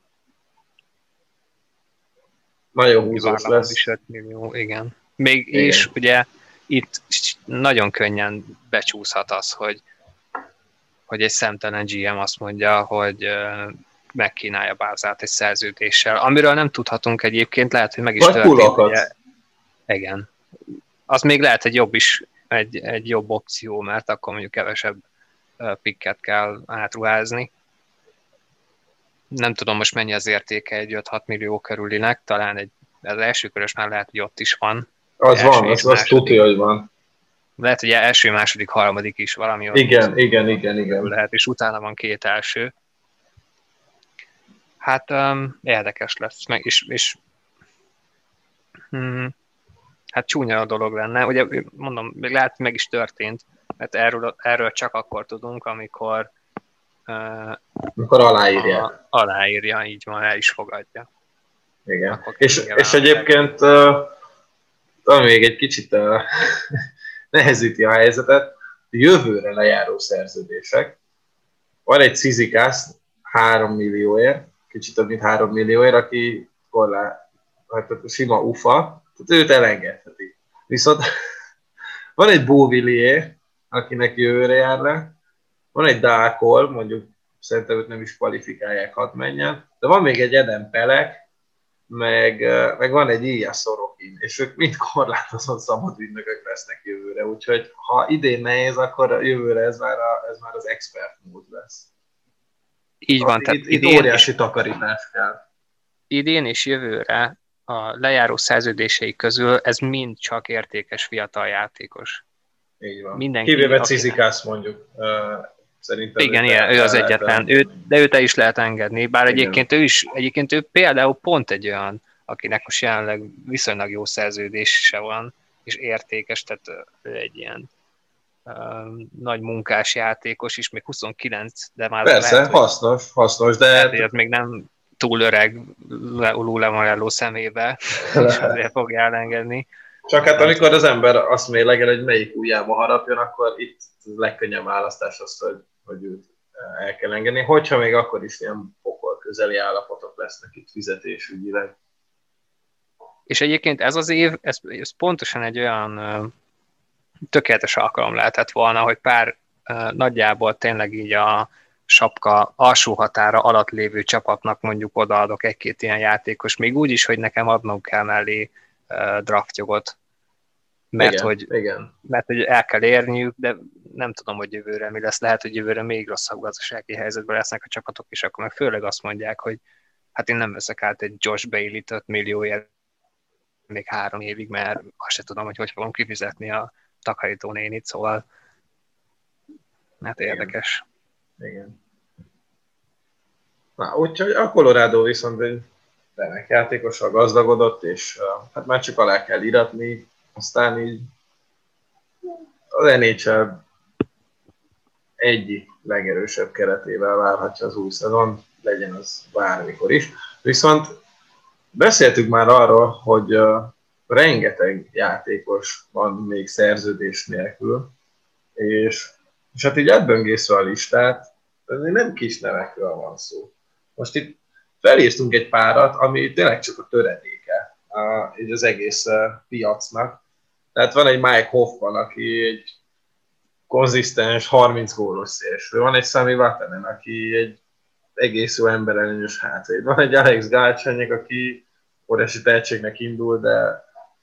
Nagyon húzós lesz. Is öt millió, igen. Még igen. És ugye itt nagyon könnyen becsúszhat az, hogy, hogy egy szemtelen gé em azt mondja, hogy megkínálja Barzát egy szerződéssel, amiről nem tudhatunk egyébként, lehet, hogy meg is vagy történt. Ugye, igen. Az még lehet egy jobb is, egy, egy jobb opció, mert akkor mondjuk kevesebb pikket kell átruházni. Nem tudom most mennyi az értéke egy öt-hat millió körülinek, talán egy, az első körös már lehet, hogy ott is van. Az van, az, az tudja, hogy van. Lehet, hogy első, második, harmadik is valami. Igen, ott igen, igen, igen. Lehet, és utána van két első. Hát um, érdekes lesz, meg, és, és hmm, hát csúnya a dolog lenne. Ugye mondom, lehet, meg is történt, mert erről, erről csak akkor tudunk, amikor uh, amikor aláírja. A, aláírja, így van, el is fogadja. Igen. És, és egyébként uh, van még egy kicsit uh, nehezíti a helyzetet, jövőre lejáró szerződések. Van egy Cizikász három millióért, kicsit több mint három millióért, aki korlát, hát sima ufa, tehát őt elengedheti. Viszont van egy Beauvillier, akinek jövőre jár le, van egy Dákol, mondjuk szerintem őt nem is kvalifikálják, hat menjen, de van még egy Eden Pelek, meg, meg van egy Ilya Sorokin, és ők mind korlátozott szabad ügynökök lesznek jövőre, úgyhogy ha idén nehéz, akkor jövőre ez már, a, ez már az expert mód lesz. Így van, tehát itt, itt óriási takarítás kell. Idén és jövőre a lejáró szerződései közül ez mind csak értékes fiatal játékos. Így van. Mindenki, kivéve Cizikász mondjuk. Szerintem igen, ilyen, ő az egyetlen, ő, de őt el is lehet engedni, bár igen. egyébként ő is, egyébként ő például pont egy olyan, akinek most jelenleg viszonylag jó szerződése van, és értékes, tehát egy ilyen uh, nagy munkás játékos is, még huszonkilenc, de már persze, lehet, hasznos, hasznos, de... Lehet, hogy ez még nem túl öreg Lula Morello szemébe, és azért fogja elengedni. Csak hát amikor az ember azt mérlegel, hogy melyik ujjába harapjon, akkor itt legkönnyebb választás az, hogy, hogy őt el kell engedni. Hogyha még akkor is ilyen pokol közeli állapotok lesznek itt fizetésügyileg. És egyébként ez az év, ez, ez pontosan egy olyan uh, tökéletes alkalom lehetett volna, hogy pár uh, nagyjából tényleg így a sapka alsó határa alatt lévő csapatnak mondjuk odaadok egy-két ilyen játékos, még úgy is, hogy nekem adnom kell mellé uh, draftjogot. Mert, igen, hogy, igen. mert hogy el kell érniük, de nem tudom, hogy jövőre mi lesz. Lehet, hogy jövőre még rosszabb gazdasági helyzetben lesznek a csapatok, és akkor meg főleg azt mondják, hogy hát én nem veszek át egy Josh Bailey-t öt millióért még három évig, mert azt se tudom, hogy hogy fogom kifizetni a takarító nénit, szóval hát érdekes. Igen. Igen. Na, úgyhogy a Colorado viszont egy remek játékossal gazdagodott, és uh, hát már csak alá kell iratni, aztán így az en há el egyik legerősebb keretével várhatja az új szezon, legyen az bármikor is. Viszont beszéltük már arról, hogy uh, rengeteg játékos van még szerződés nélkül, és, és hát így átböngészve a listát, nem kis nevekről van szó. Most itt felírtunk egy párat, ami tényleg csak a töredéke uh, így az egész uh, piacnak. Tehát van egy Mike Hoffman, aki egy konzisztens, harminc gólos szélső. Van egy Sami Vatanen, aki egy egész jó emberelőnyös hátvéd. Van egy Alex Galchenyuk, aki óriási tehetségnek indul, de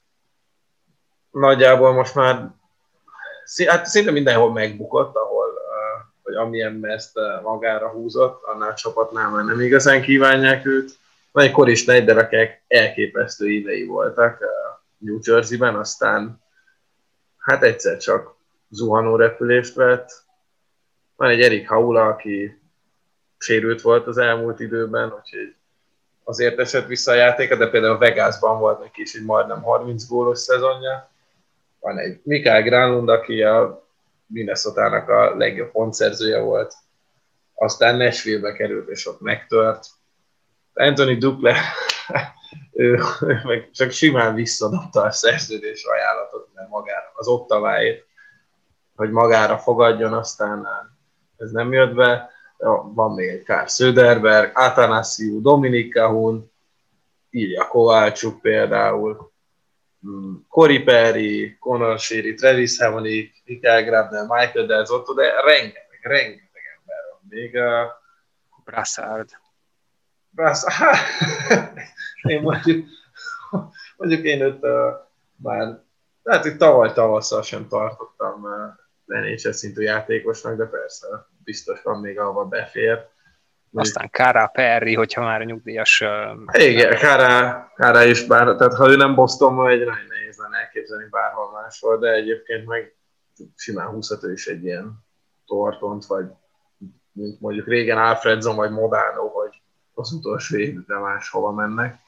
nagyjából most már hát szinte mindenhol megbukott, ahol, hogy amilyen meszt magára húzott, annál csapatnál már nem igazán kívánják őt. Van egy Corey Schneider, akik elképesztő idei voltak New Jersey-ben, aztán hát egyszer csak zuhanó repülést vett. Van egy Erik Haula, aki sérült volt az elmúlt időben, úgyhogy azért esett vissza a játéka, de például a Vegasban volt neki is egy majdnem harminc gólos szezonja. Van egy Mikael Granlund, aki a Minnesotának a legjobb pontszerzője volt. Aztán Nashville-be került, és ott megtört. Anthony Duclair, ő, ő meg csak simán visszadobta a szerződés ajánlatot, mert magára, az Ottaváét, hogy magára fogadjon, aztán ez nem jött be. Van még egy Karl Söderberg, Atanasiu, Dominik Kahun, Ilya Kovalcsuk például, Corey Perry, Conor Sheary, Travis Hamonic, Mikael Grabner, Michael Del Zotto, de rengeteg, rengeteg ember van még. Brassard. Brassard. Én mondjuk, mondjuk én őt uh, már, hát hogy tavaly tavasszal sem tartottam uh, en há el szintű játékosnak, de persze biztos van még, ahova befér. Aztán Cara Perry, hogyha már a nyugdíjas... Uh, Igen, Cara, Cara is bár, tehát ha ő nem Bostonban, egy nagyon nehéz lenne elképzelni bárhol máshol, de egyébként meg simán húzhat ő is egy ilyen Tortont, vagy mint mondjuk régen Alfredson, vagy Modano, hogy az utolsó évben máshova mennek.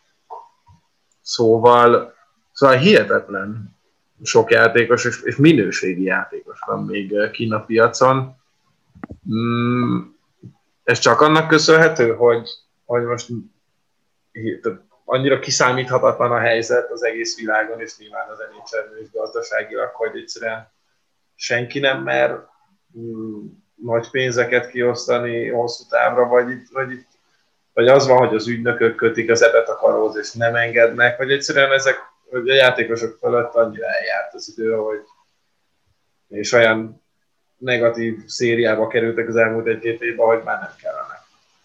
Szóval, szóval hihetetlen sok játékos, és, és minőségi játékos van még kinn a piacon. Mm, ez csak annak köszönhető, hogy, hogy most annyira kiszámíthatatlan a helyzet az egész világon, és nyilván az en há el is gazdaságilag, hogy egyszerűen senki nem mer mm, nagy pénzeket kiosztani hosszú távra, vagy, itt, vagy, itt, vagy az van, hogy az ügynökök kötik az ebetakaróhoz, és nem engednek, vagy egyszerűen ezek hogy a játékosok fölött annyira eljárt az idő, hogy és olyan negatív szériába kerültek az elmúlt egy-két évben, hogy már nem kellene.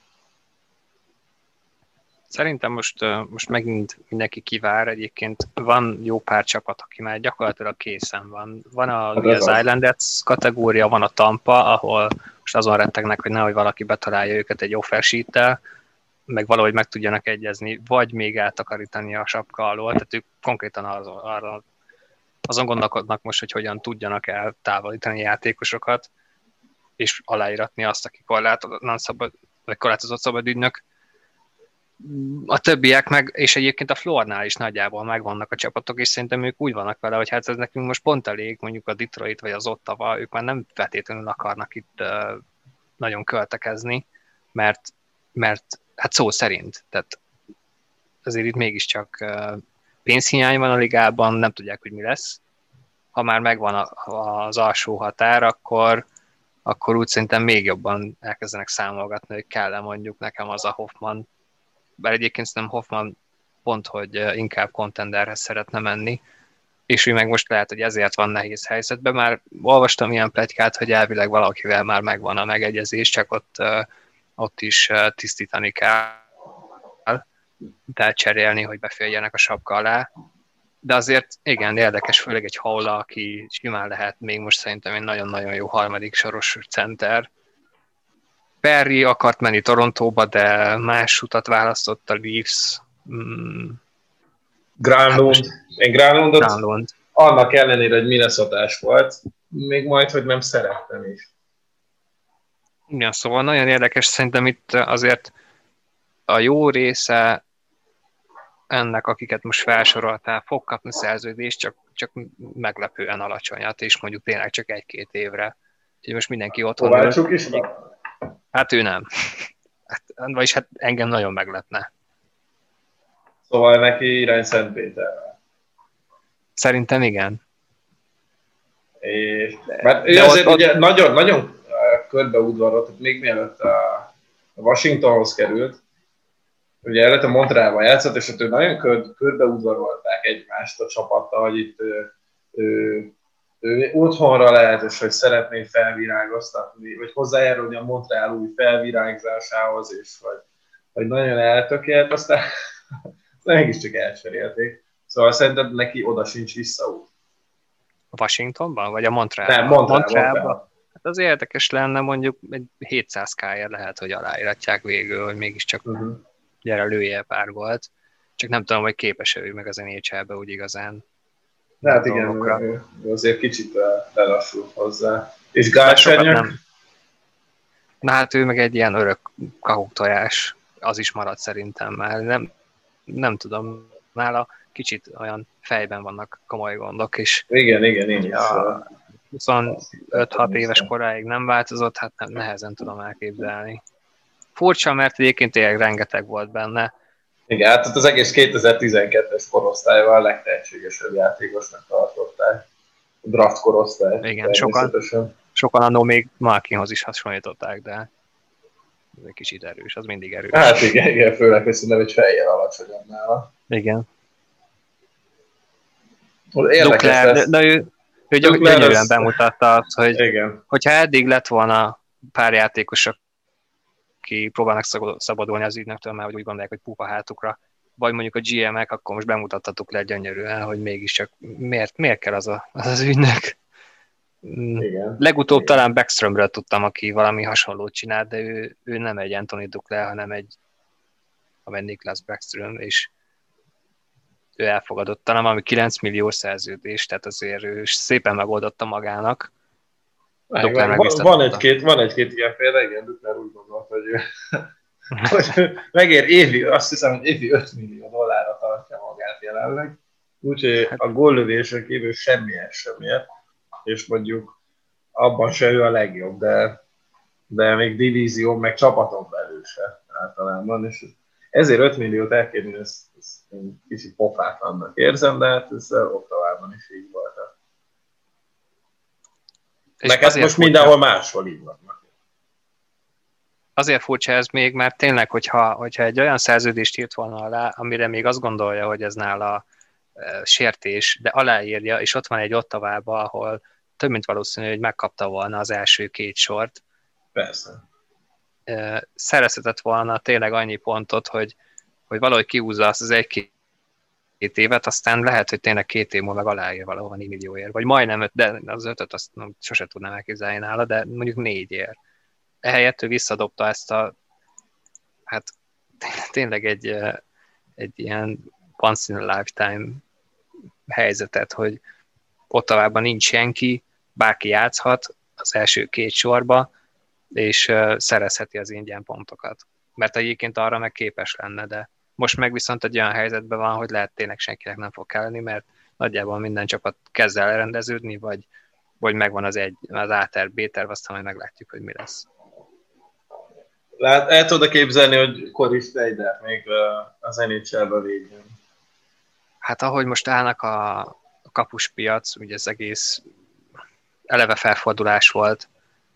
Szerintem most, most megint mindenki kivár, egyébként van jó pár csapat, aki már gyakorlatilag készen van. Van a, az, az Islanders kategória, van a Tampa, ahol most azon rettegnek, hogy nehogy valaki betalálja őket egy offer sheet-tel, meg valahogy meg tudjanak egyezni, vagy még eltakarítani a sapka alól, tehát ők konkrétan az, arra, azon gondolkodnak most, hogy hogyan tudjanak eltávolítani játékosokat, és aláíratni azt, aki korlátozatlan szabad, vagy korlátozott szabadügynök. A többiek meg, és egyébként a Flornál is nagyjából megvannak a csapatok, és szerintem ők úgy vannak vele, hogy hát ez nekünk most pont elég, mondjuk a Detroit vagy az Ottawa, ők már nem feltétlenül akarnak itt uh, nagyon költekezni, mert, mert hát szó szerint, tehát azért itt mégiscsak uh, pénzhiány van a ligában, nem tudják, hogy mi lesz. Ha már megvan a, az alsó határ, akkor, akkor úgy szerintem még jobban elkezdenek számolgatni, hogy kell-e mondjuk nekem az a Hoffman. Bár egyébként szerintem Hoffman pont, hogy inkább contenderhez szeretne menni, és ő meg most lehet, hogy ezért van nehéz helyzetben. Már olvastam ilyen pletykát, hogy elvileg valakivel már megvan a megegyezés, csak ott, ott is tisztítani kell, tehát cserélni, hogy beférjenek a sapka alá. De azért igen, érdekes, főleg egy Haula, aki simán lehet még most szerintem egy nagyon-nagyon jó harmadik soros center. Perry akart menni Torontóba, de más utat választott a Leafs. Mm. Granlund. Hát Én Granlundot Granlund. Annak ellenére, hogy Minnesotás volt, még majd, hogy nem szerettem is. Igen, szóval nagyon érdekes, szerintem itt azért a jó része ennek, akiket most felsoroltál, fog kapni szerződést, csak, csak meglepően alacsonyat, és mondjuk tényleg csak egy-két évre. Úgyhogy most mindenki otthon Kovácsuk is van? Hát ő nem. Hát, vagyis hát engem nagyon meglepne. Szóval neki irány Szentpéterrel. Szerintem igen. És, mert ő azért ott, ugye ott... nagyon, nagyon körbeudvarolt, még mielőtt a Washingtonhoz került, ugye előtte Montrealban játszott, és ott ő nagyon kör, körbeudvarolták egymást a csapattal, hogy itt ő, ő, ő otthonra lehet, és hogy szeretné felvirágoztatni, vagy hozzájárulni a Montreal új felvirágzásához, és hogy, hogy nagyon eltökélt, aztán mégiscsak elcserélték. Szóval szerintem neki oda sincs visszaút. A Washingtonban, vagy a Montrealban? Nem, Montreal, Montrealban. Montreal. Hát az érdekes lenne, mondjuk egy hétszáz ká-ért lehet, hogy aláíratják végül, hogy mégiscsak uh-huh. gyere, lője pár gólt. Csak nem tudom, hogy képes-e ő meg az en há el-be úgy igazán. Hát igen, ő, ő azért kicsit lelassult hozzá. És Gácsenyök? Na hát ő meg egy ilyen örök kahúgtojás. Az is marad szerintem már. Nem, nem tudom, nála kicsit olyan fejben vannak komoly gondok, és igen, igen, én a huszonöt-hat éves koráig nem változott, hát nem, nehezen tudom elképzelni. Furcsa, mert egyébként tényleg rengeteg volt benne. Igen, hát az egész kétezer-tizenkettes korosztályban a legtehetségesebb játékosnak tartották. A draft korosztály. Igen, sokan, sokan annól még Malkinhoz is hasonlították, de egy kicsit erős, az mindig erős. Hát igen, igen, főleg, hogy szerintem egy fejjel alacsonyabb nála. Igen. Érdekes Duclair, de, de ő, ő gyönyörűen az... bemutatta azt, hogy igen. hogyha eddig lett volna pár játékos, aki próbálnak szabadulni az ügynöktől, mert úgy gondolják, hogy pupa hátukra, vagy mondjuk a gé em-ek, akkor most bemutattatuk le gyönyörűen, hogy mégiscsak miért, miért kell az, a, az, az ügynök. Igen. Legutóbb igen. talán Backströmről tudtam, aki valami hasonlót csinált, de ő, ő nem egy Anthony Duclair, hanem egy, egy Niklas Backström, és ő elfogadott talán valami kilenc millió szerződés, tehát azért ő szépen megoldotta magának. Meg, meg, van, van, egy-két, van egy-két ilyen példa, igen, Duclair úgy gondolt, hogy, hogy megér évi, azt hiszem, hogy évi öt millió dollárra tartja magát jelenleg, úgyhogy hát, a góllövésen kívül semmilyen semmiért, és mondjuk abban se ő a legjobb, de, de még divízió, meg csapaton belül se általában, és ezért öt milliót elkérni, ezt, ezt én kicsit pofátlannak érzem, de hát ez Ottawában is így volt. Meg hát most furcsa. Mindenhol máshol így vannak. Azért furcsa ez még, mert tényleg, hogyha, hogyha egy olyan szerződést írt volna alá, amire még azt gondolja, hogy ez nála e, sértés, de aláírja, és ott van egy Ottawában, ahol több mint valószínű, hogy megkapta volna az első két sort. Persze. E, szerezhetett volna tényleg annyi pontot, hogy, hogy valahogy kihúzza azt az egy-két két évet, aztán lehet, hogy tényleg két év múlva aláír valahol négy millióért, vagy majdnem öt, de az ötöt azt sose tudnám elképzelni nála, de mondjuk négyért. Ehelyett ő visszadobta ezt a, hát tényleg egy, egy ilyen once in a lifetime helyzetet, hogy Ottawában nincs senki, bárki játszhat az első két sorba, és szerezheti az ingyen pontokat. Mert egyébként arra meg képes lenne, de most meg viszont egy olyan helyzetben van, hogy lehet tényleg senkinek nem fog kelleni, mert nagyjából minden csapat kezd el rendeződni, vagy, vagy megvan az, egy, az A-terv, B-terv, aztán majd meglátjuk, hogy mi lesz. Lát, el tudod képzelni, hogy Corey Schneider még az en há el-be végül. Hát ahogy most állnak a, a kapuspiac, ugye ez egész eleve felfordulás volt.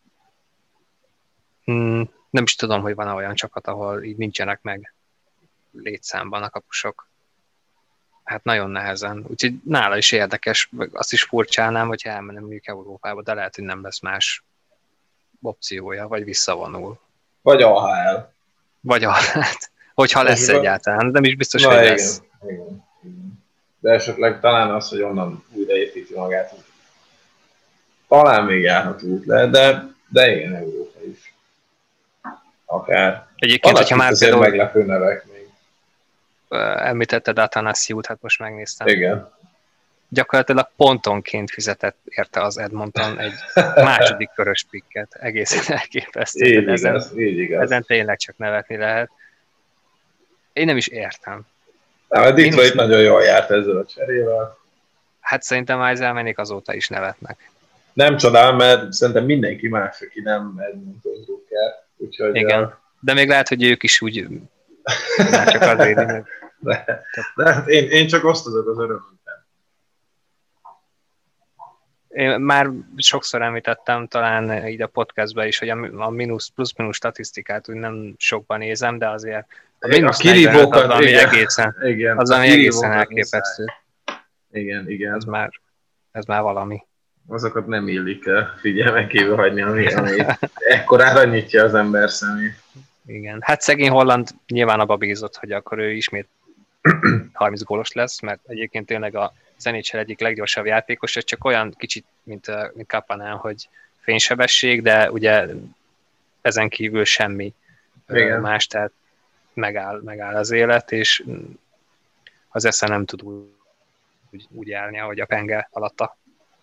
Hmm, nem is tudom, hogy van olyan csapat, ahol így nincsenek meg létszámban a kapusok. Hát nagyon nehezen. Úgyhogy nála is érdekes, azt is furcsálnám, hogyha elmenem mondjuk Európába, de lehet, hogy nem lesz más opciója, vagy visszavonul. Vagy á há el. Vagy á há el. Hogyha lesz van. Egyáltalán, nem is biztos, Na, hogy igen, lesz. Igen, igen. De esetleg talán az, hogy onnan újraépíti magát. Talán még járhat út le, de, de igen, Európa is. Akár. Egyébként, hogyha már például meglepő nevek még. Említetted Athanasiút, hát most megnéztem. Igen. Gyakorlatilag pontonként fizetett érte az Edmonton egy második körös pikket. Egészen elképesztő. Így ezen, igaz, így igaz. Ezen tényleg csak nevetni lehet. Én nem is értem. Nem, a Detroit is nagyon jól járt ezzel a cserével. Hát szerintem már elmennék azóta is nevetnek. nem csodál, mert szerintem mindenki más, aki nem Edmonton drukker. Úgyhogy, igen, uh, de még lehet, hogy ők is úgy már csak az védi meg. De, de én, én csak osztozok az örömünkben. Én már sokszor említettem, talán így a podcastban is, hogy a mínusz, plusz-minusz statisztikát úgy nem sokban nézem, de azért a mínusz kirívókat, az, ami egészen, igen, az, ami egészen elképesztő. Igen, igen. Ez már, ez már valami. Azokat nem illik figyelmen kívül hagyni, ami, ami ekkorára nyitja az ember szemét. Igen. Hát szegény Holland nyilván abba bízott, hogy akkor ő ismét harminc gólos lesz, mert egyébként tényleg a en há el egyik leggyorsabb játékos, ez csak olyan kicsit, mint, mint Kapanán, hogy fénysebesség, de ugye ezen kívül semmi igen. más, tehát megáll, megáll az élet, és az esze nem tud úgy, úgy, úgy járni, ahogy a penge alatta.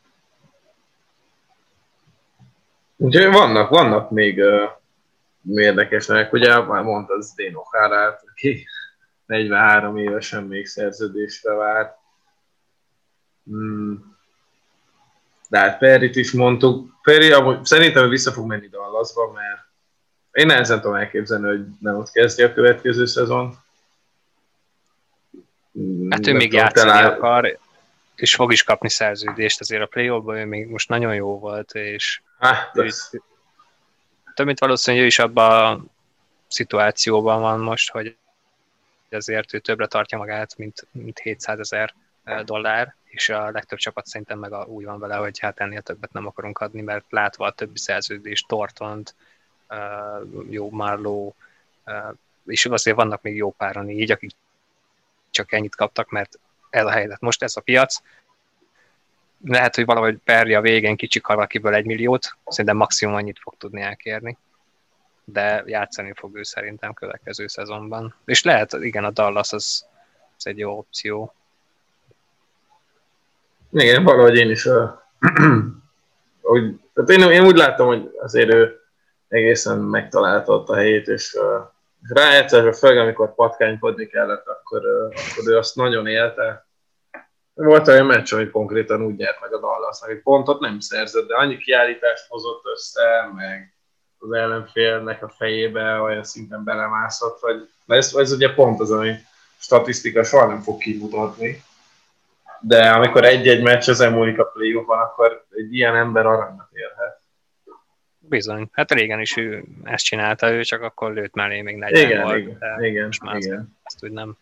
Úgyhogy vannak, vannak még uh, érdekesnek, ugye már mondtad Zdeno Chárát, aki negyvenhárom évesen még szerződésre várt. Hmm. De hát Perryt is mondtuk. Perry amúgy szerintem vissza fog menni Dallasba, mert én nehezen tudom elképzelni, hogy nem ott kezdje a következő szezon. Hát ő még játszani talál... akar, és fog is kapni szerződést, azért a play-offban ő még most nagyon jó volt, és hát, ő, több mint valószínűleg ő is abban a szituációban van most, hogy azért ő többre tartja magát, mint, mint hétszázezer dollár, és a legtöbb csapat szerintem meg a, úgy van vele, hogy hát ennél többet nem akarunk adni, mert látva a többi szerződést, Tortont, uh, jó Marlowe, uh, és azért vannak még jó páran így, akik csak ennyit kaptak, mert ez a helyzet. Most ez a piac. Lehet, hogy valahogy Perry a végén kicsik valakiből egy milliót, szerintem maximum annyit fog tudni elkérni, de játszani fog ő szerintem következő szezonban. És lehet, igen, a Dallas az, az egy jó opció. Igen, valahogy én is uh, úgy, tehát én, én úgy láttam, hogy azért ő egészen megtalálta ott a helyét, és uh, rájátszásra, főleg amikor patkánykodni kellett, akkor, uh, akkor ő azt nagyon élte. Volt olyan meccs, hogy konkrétan úgy nyert meg a Dallasnak, hogy pontot nem szerzett, de annyi kiállítást hozott össze, meg az ellenfélnek a fejébe olyan szinten belemászott, hogy ez, ez ugye pont az, ami statisztika soha nem fog kimutatni. De amikor egy-egy meccs az elmúlik a play-offban, akkor egy ilyen ember aranyat érhet. Bizony. Hát régen is ő ezt csinálta, ő csak akkor lőtt mellé még negyven igen, volt. Igen, igen, most már igen. Ezt úgy nem.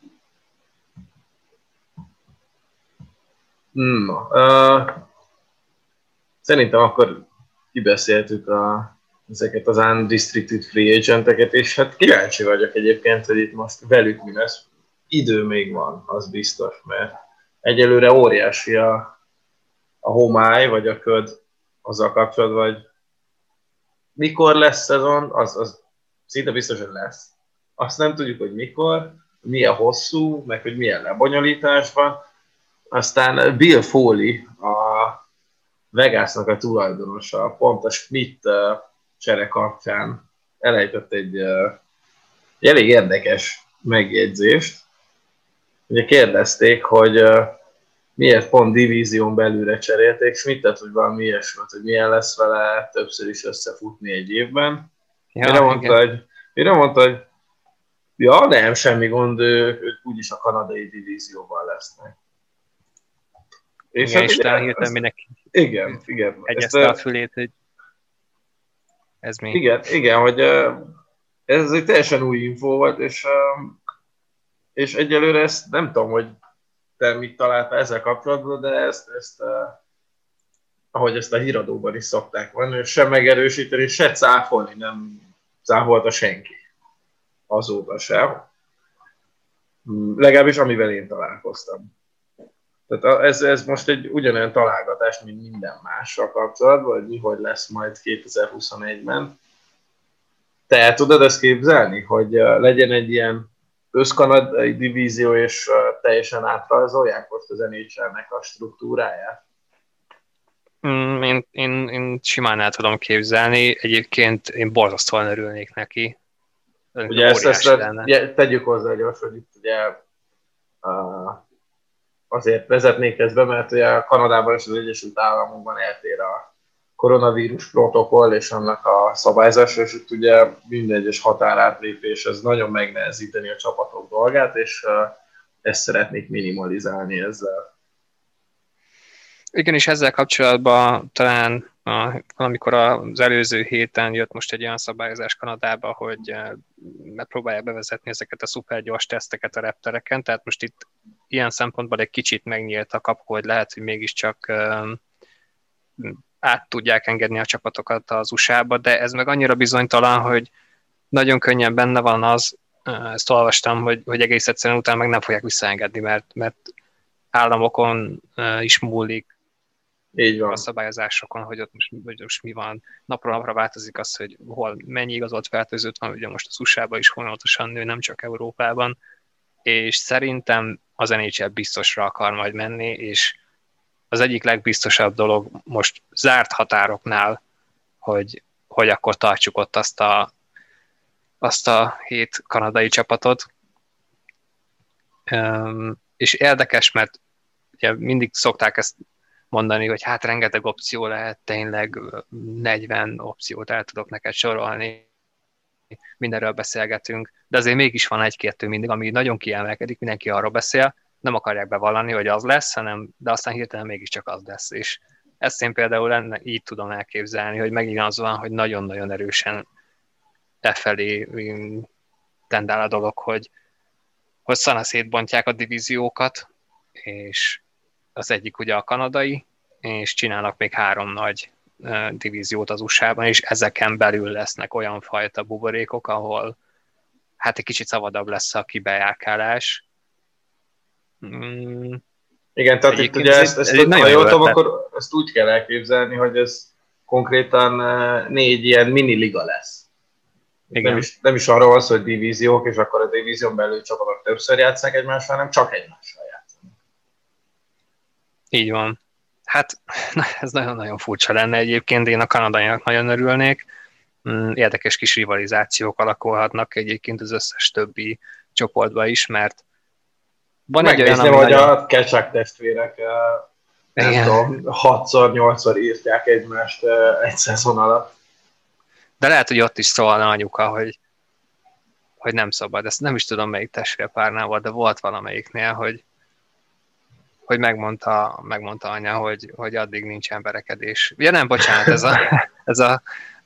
No, uh, szerintem akkor kibeszéltük a, ezeket az unrestricted free agenteket, és hát kíváncsi vagyok egyébként, hogy itt most velük mi lesz. Idő még van, az biztos, mert egyelőre óriási a, a homály, vagy a köd azzal kapcsolatban, hogy mikor lesz szezon, az, az szinte biztos, hogy lesz. Azt nem tudjuk, hogy mikor, milyen hosszú, meg hogy milyen lebonyolítás van. Aztán Bill Foley, a Vegasnak a tulajdonosa, pont a Schmidt csere kapcsán elejtett egy, egy elég érdekes megjegyzést. Ugye kérdezték, hogy miért pont divízión belülre cserélték Schmidtet, hogy valami ilyesmit, hogy milyen lesz vele többször is összefutni egy évben. Ja, mire, mondta, hogy, mire mondta, hogy ja, nem, semmi gond, ők, ők úgyis a kanadai divízióban lesznek. És igen, és talán hirtelen mindenki igen, igen. Egyezte a fülét, hogy ez mi? Igen, igen, hogy ez egy teljesen új info volt, és, és egyelőre ezt nem tudom, hogy te mit találtál ezzel kapcsolatban, de ezt, ezt ahogy ezt a híradóban is szokták van, sem megerősíteni, se cáfolni nem cáfolta senki. Azóta sem. Legalábbis amivel én találkoztam. Tehát ez, ez most egy ugyanolyan találgatás, mint minden mással kapcsolatban, hogy mi hogy lesz majd kétezer-huszonegyben. Te el tudod ezt képzelni, hogy legyen egy ilyen összkanadai divízió, és teljesen átrajzolják most az en há el-nek a struktúráját? Mm, én, én, én simán el tudom képzelni. Egyébként én borzasztóan örülnék neki. Ugye ezt, ezt a, tegyük hozzá gyors, hogy itt ugye uh, azért vezetnék ezt be, mert ugye a Kanadában és az Egyesült Államokban eltér a, koronavírus protokoll és annak a szabályzása, és itt ugye minden egyes határátlépés, ez nagyon megnehezíteni a csapatok dolgát, és ezt szeretnék minimalizálni ezzel. Igen, és ezzel kapcsolatban talán a, amikor az előző héten jött most egy olyan szabályozás Kanadába, hogy megpróbálja bevezetni ezeket a szupergyors teszteket a reptereken, tehát most itt ilyen szempontból egy kicsit megnyílt a kapu, hogy lehet, hogy mégiscsak át tudják engedni a csapatokat az u es á-ba, de ez meg annyira bizonytalan, hogy nagyon könnyen benne van az, ezt olvastam, hogy, hogy egész egyszerűen utána meg nem fogják visszaengedni, mert, mert államokon is múlik, így van. A szabályozásokon, hogy ott most, hogy most mi van. Napról napra változik az, hogy hol mennyi igazolt fertőzött van, ugye most az u es á-ban is folyamatosan nő, nem csak Európában, és szerintem az en há el biztosra akar majd menni, és az egyik legbiztosabb dolog most zárt határoknál, hogy, hogy akkor tartsuk ott azt a, azt a hét kanadai csapatot. Um, és érdekes, mert ugye mindig szokták ezt mondani, hogy hát rengeteg opció lehet, tényleg negyven opciót el tudok neked sorolni, mindenről beszélgetünk, de azért mégis van egy-kettő mindig, ami nagyon kiemelkedik, mindenki arról beszél, nem akarják bevallani, hogy az lesz, hanem, de aztán hirtelen mégiscsak az lesz, és ezt én például enne, így tudom elképzelni, hogy megint az van, hogy nagyon-nagyon erősen e felé tendál a dolog, hogy, hogy szana szétbontják a divíziókat, és az egyik ugye a kanadai, és csinálnak még három nagy uh, divíziót az u es á-ban, és ezeken belül lesznek olyan fajta buborékok, ahol hát egy kicsit szabadabb lesz a kibejárkálás. Mm. Igen, tehát itt ugye ezt, ezt, ezt ha jól tudom, akkor ezt úgy kell elképzelni, hogy ez konkrétan uh, négy ilyen mini liga lesz. Nem is, nem is arról van szó, hogy divíziók, és akkor a divízión belül csapatok többször játszanak egymással, hanem csak egymással játszanak. Így van. Hát ez nagyon-nagyon furcsa lenne egyébként, én a kanadaiak nagyon örülnék. Érdekes kis rivalizációk alakulhatnak egyébként az összes többi csoportban is, mert van egy olyan, ami hogy nagyon... a Kecsák testvérek nem tudom, hatszor, nyolcszor írtják egymást egy szezon alatt. De lehet, hogy ott is szólna anyuka, hogy, hogy nem szabad. Ezt nem is tudom, melyik testvérpárnál volt, de volt valamelyiknél, hogy hogy megmondta, megmondta anya, hogy, hogy addig nincsen verekedés. Ja nem, bocsánat, ez a, ez a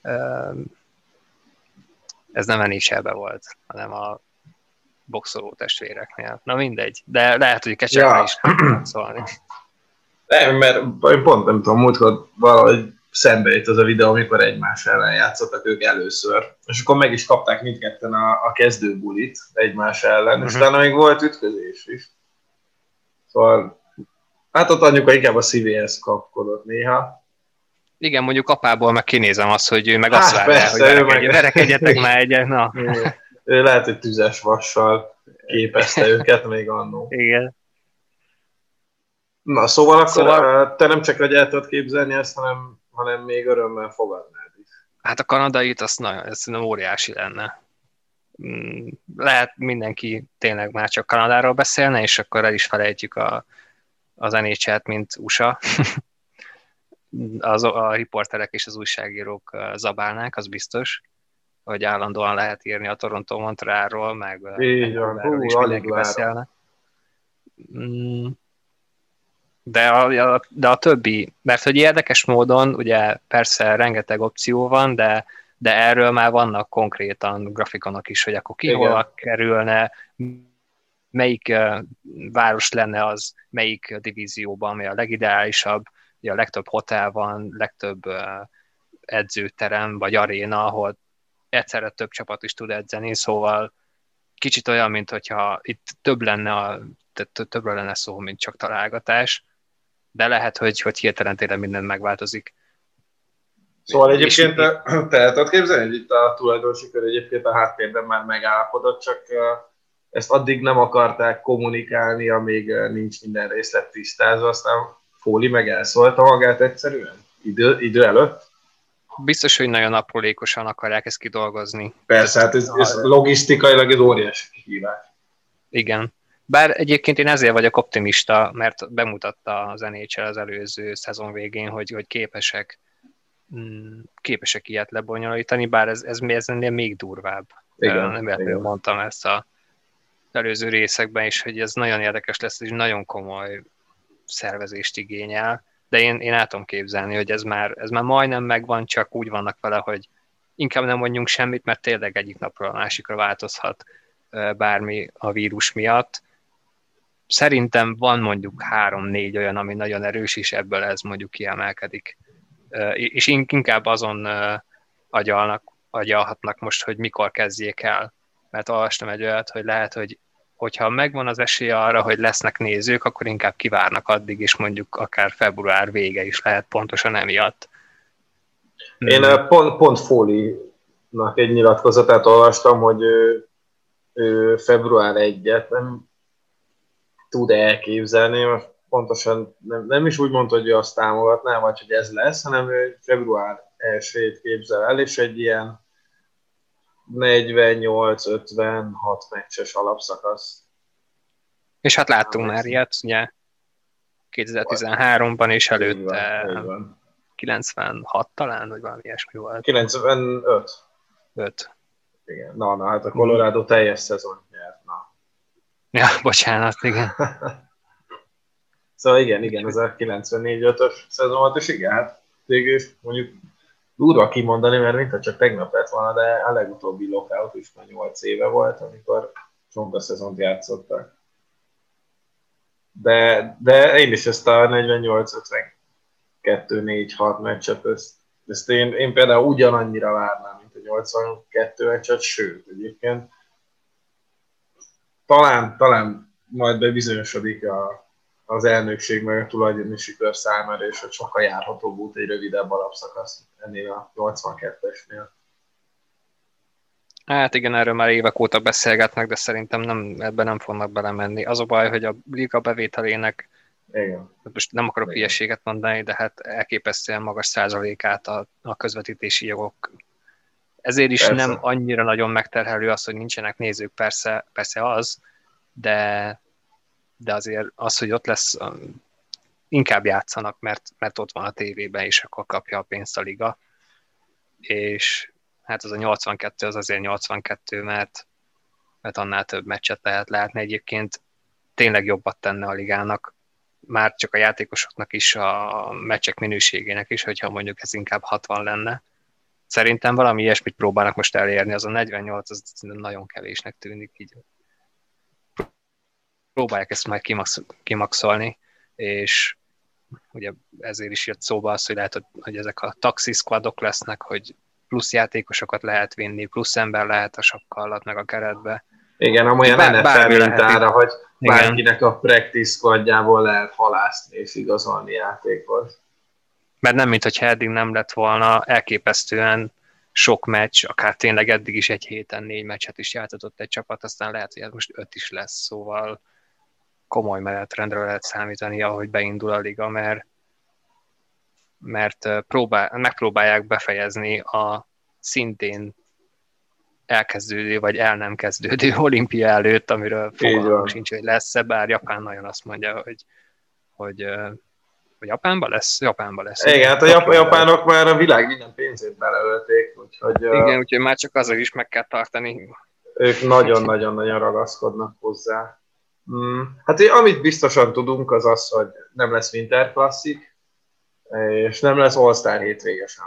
ez nem en há el-be volt, hanem a boxoló testvéreknél. Na mindegy, de lehet, hogy Kecsakra ja. is nem szólni. Nem, mert én pont nem tudom, múltkor valahogy szembe jött az a videó, amikor egymás ellen játszottak ők először, és akkor meg is kapták mindketten a, a kezdőbulit egymás ellen, uh-huh. és utána még volt ütközés is. Szóval hát ott anyuka inkább a szívéhez kapkodott néha. Igen, mondjuk apából meg kinézem azt, hogy ő meg hát azt várja, hogy verekedj, meg... verekedjetek már egyet. Na. Ő, ő lehet, hogy tüzes vassal képezte őket még annó. Igen. Na, szóval akkor szóval... te nem csak hogy el tudod képzelni ezt, hanem, hanem még örömmel fogadnád is. Hát a kanadait, az nagyon, ez nem óriási lenne. Lehet mindenki tényleg már csak Kanadáról beszélne, és akkor el is felejtjük a az en há el-t, mint u es á. Az, a riporterek és az újságírók zabálnák, az biztos, hogy állandóan lehet írni a Toronto Montrealról, meg erről is mindenki beszélne. De a, de a többi, mert hogy érdekes módon, ugye persze rengeteg opció van, de, de erről már vannak konkrétan grafikonok is, hogy akkor ki hol kerülne, melyik uh, város lenne az, melyik divízióban, ami a legideálisabb, ugye a legtöbb hotel van, legtöbb uh, edzőterem vagy aréna, ahol egyszerre több csapat is tud edzeni, szóval kicsit olyan, mint hogyha itt több lenne, a, többről lenne szó, mint csak találgatás, de lehet, hogy, hogy hirtelen tényleg minden megváltozik. Szóval egyébként te, te tudod képzelni, hogy itt a tulajdonosi kör egyébként a háttérben már megállapodott, csak ezt addig nem akarták kommunikálni, amíg nincs minden részlet tisztázva, aztán Fóli meg elszólta magát egyszerűen idő, idő előtt. Biztos, hogy nagyon aprólékosan akarják ezt kidolgozni. Persze, hát ez, ez logisztikailag ez óriási kihívás. Igen. Bár egyébként én ezért vagyok optimista, mert bemutatta az en há el az előző szezon végén, hogy, hogy képesek képesek ilyet lebonyolítani, bár ez, ez, ez ennél még durvább. Igen, nem véletlenül mondtam ezt a előző részekben is, hogy ez nagyon érdekes lesz, és nagyon komoly szervezést igényel, de én, én el tudom képzelni, hogy ez már, ez már majdnem megvan, csak úgy vannak vele, hogy inkább nem mondjunk semmit, mert tényleg egyik napról a másikra változhat bármi a vírus miatt. Szerintem van mondjuk három-négy olyan, ami nagyon erős, és ebből ez mondjuk kiemelkedik. És inkább azon agyalnak, agyalhatnak most, hogy mikor kezdjék el. Mert olvastam egy olyat, hogy lehet, hogy hogyha megvan az esélye arra, hogy lesznek nézők, akkor inkább kivárnak addig, és mondjuk akár február vége is lehet pontosan emiatt. Én hmm. pont, pont Foley-nak egy nyilatkozatát olvastam, hogy ő, ő február elsejét nem tud elképzelni, most pontosan nem, nem is úgy mondta, hogy ő azt támogatná, vagy hogy ez lesz, hanem ő február elsejét képzel el, és egy ilyen negyvennyolc ötvenhat meccses alapszakasz. És hát láttunk már ilyet, ugye kétezer-tizenháromban és előtte így van, így van. kilencvenhat talán, vagy valami ilyesmi volt. kilencvenöt. öt. Igen, na, na, hát a Colorado teljes szezon nyert, na. Ja, bocsánat, igen. Szóval igen, igen, ez a kilencvennégy ötös szezon volt, és igen, hát végül is mondjuk durva kimondani, mert mintha csak tegnap lett volna, de a legutóbbi lockout is már nyolc éve volt, amikor csonka szezont játszottak. De, de én is ezt a negyvennyolc ötvenkettő négy hat meccset, ezt, ezt én, én például ugyanannyira várnám, mint a nyolcvankettő meccset, sőt, egyébként talán, talán majd bebizonyosodik a, az elnökség meg a tulajdonosi kör számára, és hogy sokkal járhatóbb út egy rövidebb alapszakasz ennél a nyolcvankettesnél. Hát igen, erről már évek óta beszélgetnek, de szerintem nem, ebben nem fognak belemenni. Az a baj, hogy a liga bevételének, igen. most nem akarok hülyeséget mondani, de hát elképesztően magas százalékát a, a közvetítési jogok. Ezért is persze. Nem annyira nagyon megterhelő az, hogy nincsenek nézők, persze, persze az, de, de azért az, hogy ott lesz, inkább játszanak, mert, mert ott van a tévében, és akkor kapja a pénzt a liga. És hát az a nyolcvankettő az azért nyolcvankettő, mert, mert annál több meccset lehet látni. Egyébként tényleg jobbat tenne a ligának, már csak a játékosoknak is, a meccsek minőségének is, hogyha mondjuk ez inkább hatvan lenne. Szerintem valami ilyesmit próbálnak most elérni, az a negyvennyolc az nagyon kevésnek tűnik, így próbálják ezt majd kimax- kimaxolni, és ugye ezért is jött szóba az, hogy lehet, hogy, hogy ezek a taxi squadok lesznek, hogy plusz játékosokat lehet vinni, plusz ember lehet a sapka alatt, meg a keretbe. Igen, amolyan en ef el mintára, hogy bárkinek a practice squadjából lehet halászni és igazolni játékot. Mert nem, mintha eddig nem lett volna elképesztően sok meccs, akár tényleg eddig is egy héten négy meccset is játszott egy csapat, aztán lehet, hogy ez most öt is lesz, szóval komoly menetrendre lehet számítani, ahogy beindul a liga, mert, mert próbál, megpróbálják befejezni a szintén elkezdődő, vagy el nem kezdődő olimpia előtt, amiről fogalmam sincs, hogy lesz-e, bár Japán nagyon azt mondja, hogy, hogy, hogy Japánban lesz, Japánban lesz. Igen, hát a jap- japánok már a világ minden pénzét belelőtték, úgyhogy... Igen, úgyhogy már csak azért is meg kell tartani. Ők nagyon-nagyon-nagyon ragaszkodnak hozzá. Hmm. Hát amit biztosan tudunk, az az, hogy nem lesz Winter Classic, és nem lesz All-Star hétvége sem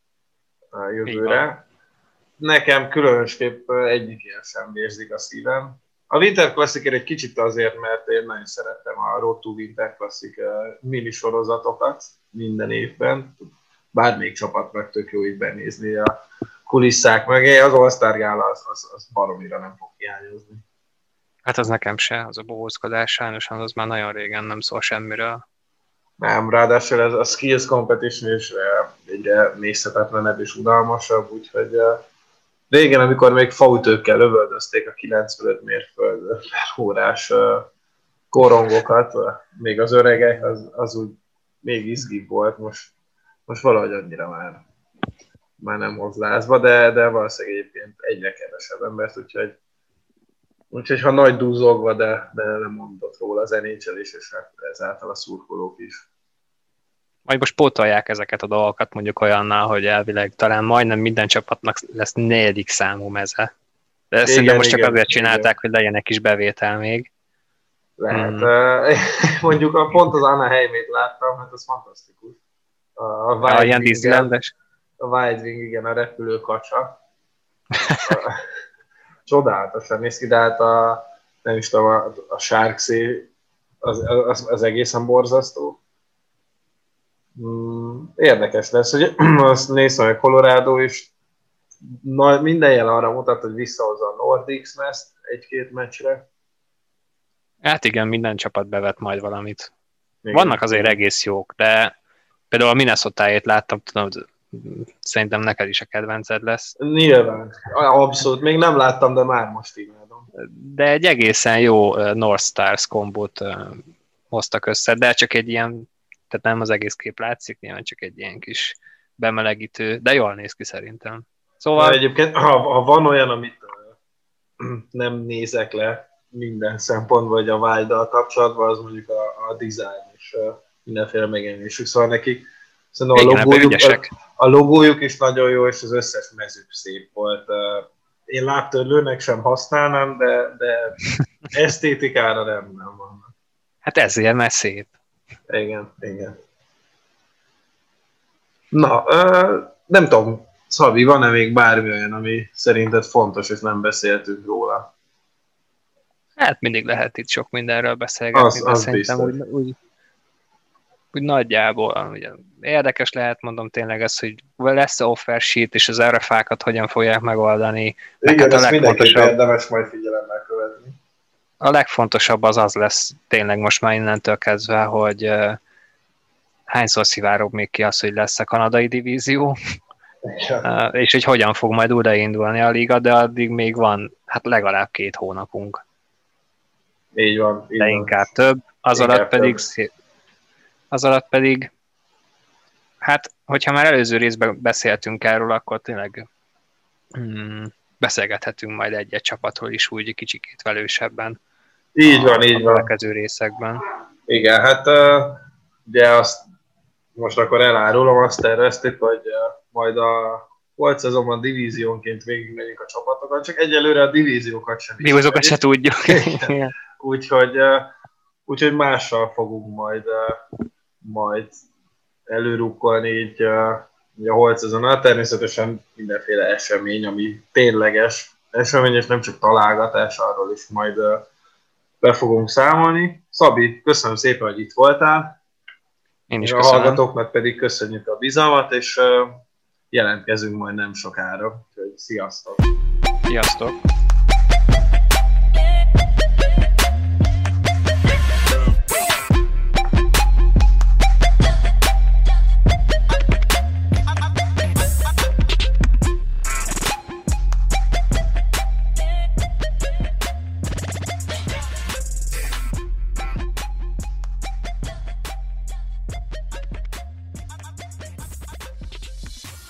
a jövőre. Nekem különösképp egyikért sem vérzik a szívem. A Winter Classic-ért egy kicsit azért, mert én nagyon szerettem a Road to Winter Classic mini sorozatokat minden évben. Bármelyik csapatnak tök jó így benézni a kulisszák mögé. Az All-Star gála az, az, az baromira nem fog hiányozni. Hát az nekem se, az a bohózkodás, sajnos az már nagyon régen nem szól semmiről. Nem, ráadásul ez a skills competition is egyre nézhetetlenebb és unalmasabb, úgyhogy régen, amikor még fautőkkel lövöldözték a kilencvenöt mérföld per órás korongokat, még az öregek, az, az úgy még izgibb volt, most, most valahogy annyira már, már nem hoz lázba, de, de valószínűleg egyébként egyre kevesebb embert, úgyhogy Úgyhogy ha nagy dúzogva, de, de nem mondott róla az en há el is, és ezáltal a szurkolók is. Majd most pótolják ezeket a dolgokat mondjuk olyannal, hogy elvileg talán majdnem minden csapatnak lesz negyedik számú meze. De ezt szerintem most csak igen, azért csinálták, igen. hogy legyen egy kis bevétel még. Lehet. Hmm. Mondjuk a pont az Anaheimét láttam, hát az fantasztikus. A, a, a ilyen Disneylandes. A Wild Wing, igen, a repülőkacsa. Csodálatosan néz ki, de hát a, nem is tudom, a, a Sharksé az, az, az egészen borzasztó. Érdekes lesz, hogy azt nézem, hogy Colorado is na, minden jel arra mutat, hogy visszahozza a Nordics Nest egy-két meccsre. Hát igen, minden csapat bevet majd valamit. Igen. Vannak azért egész jók, de például a Minnesota-ét láttam, tudom, szerintem neked is a kedvenced lesz. Nyilván, abszolút, még nem láttam, de már most imádom. De egy egészen jó North Stars kombót hoztak össze, de csak egy ilyen, tehát nem az egész kép látszik, nyilván csak egy ilyen kis bemelegítő, de jól néz ki szerintem. Szóval... Egyébként, ha, ha van olyan, amit nem nézek le minden szempontból, vagy a Wild-dal kapcsolatban, az mondjuk a, a design és a mindenféle megjelenésük. Szóval nekik szerintem a, logójuk, a, a logójuk is nagyon jó, és az összes mezők szép volt. Én lábtörlőnek sem használnám, de, de esztétikára nem, nem van. Hát ezért, mert szép. Igen, igen. Na, nem tudom, Szabi, van-e még bármi olyan, ami szerinted fontos, és nem beszéltünk róla? Hát mindig lehet itt sok mindenről beszélgetni, az, de az szerintem úgy, úgy, úgy nagyjából ugye, érdekes lehet, mondom tényleg ez, hogy lesz offer sheet, és az er ef á-kat hogyan fogják megoldani. Igen, hát ezt mindenképpen érdemes majd figyelemmel követni. A legfontosabb az az lesz tényleg most már innentől kezdve, hogy uh, hányszor szivárog még ki az, hogy lesz a kanadai divízió, uh, és hogy hogyan fog majd újraindulni a liga, de addig még van hát legalább két hónapunk. Így van. Így de van. inkább több, az inkább alatt pedig szép, az alatt pedig hát, hogyha már előző részben beszéltünk erről, akkor tényleg hmm, beszélgethetünk majd egy-egy csapatról is úgy kicsikét velősebben. Így van, a, így a van. A következő részekben. Igen, hát uh, ugye azt most akkor elárulom, azt terveztük, hogy uh, majd a volt szezonban divíziónként végigmegyünk a csapatokon, csak egyelőre a divíziókat sem ismerjük. Divíziókat se tudjuk. Úgyhogy uh, úgyhogy mással fogunk majd, uh, majd előrukkolni így uh, a holt szezonnal. Természetesen mindenféle esemény, ami tényleges esemény, és nem csak találgatás, arról is majd uh, be fogunk számolni. Szabi, köszönöm szépen, hogy itt voltál. Én is a köszönöm. hallgatóknak pedig köszönjük a bizalmat, és uh, jelentkezünk majd nem sokára. Úgyhogy sziasztok! Sziasztok!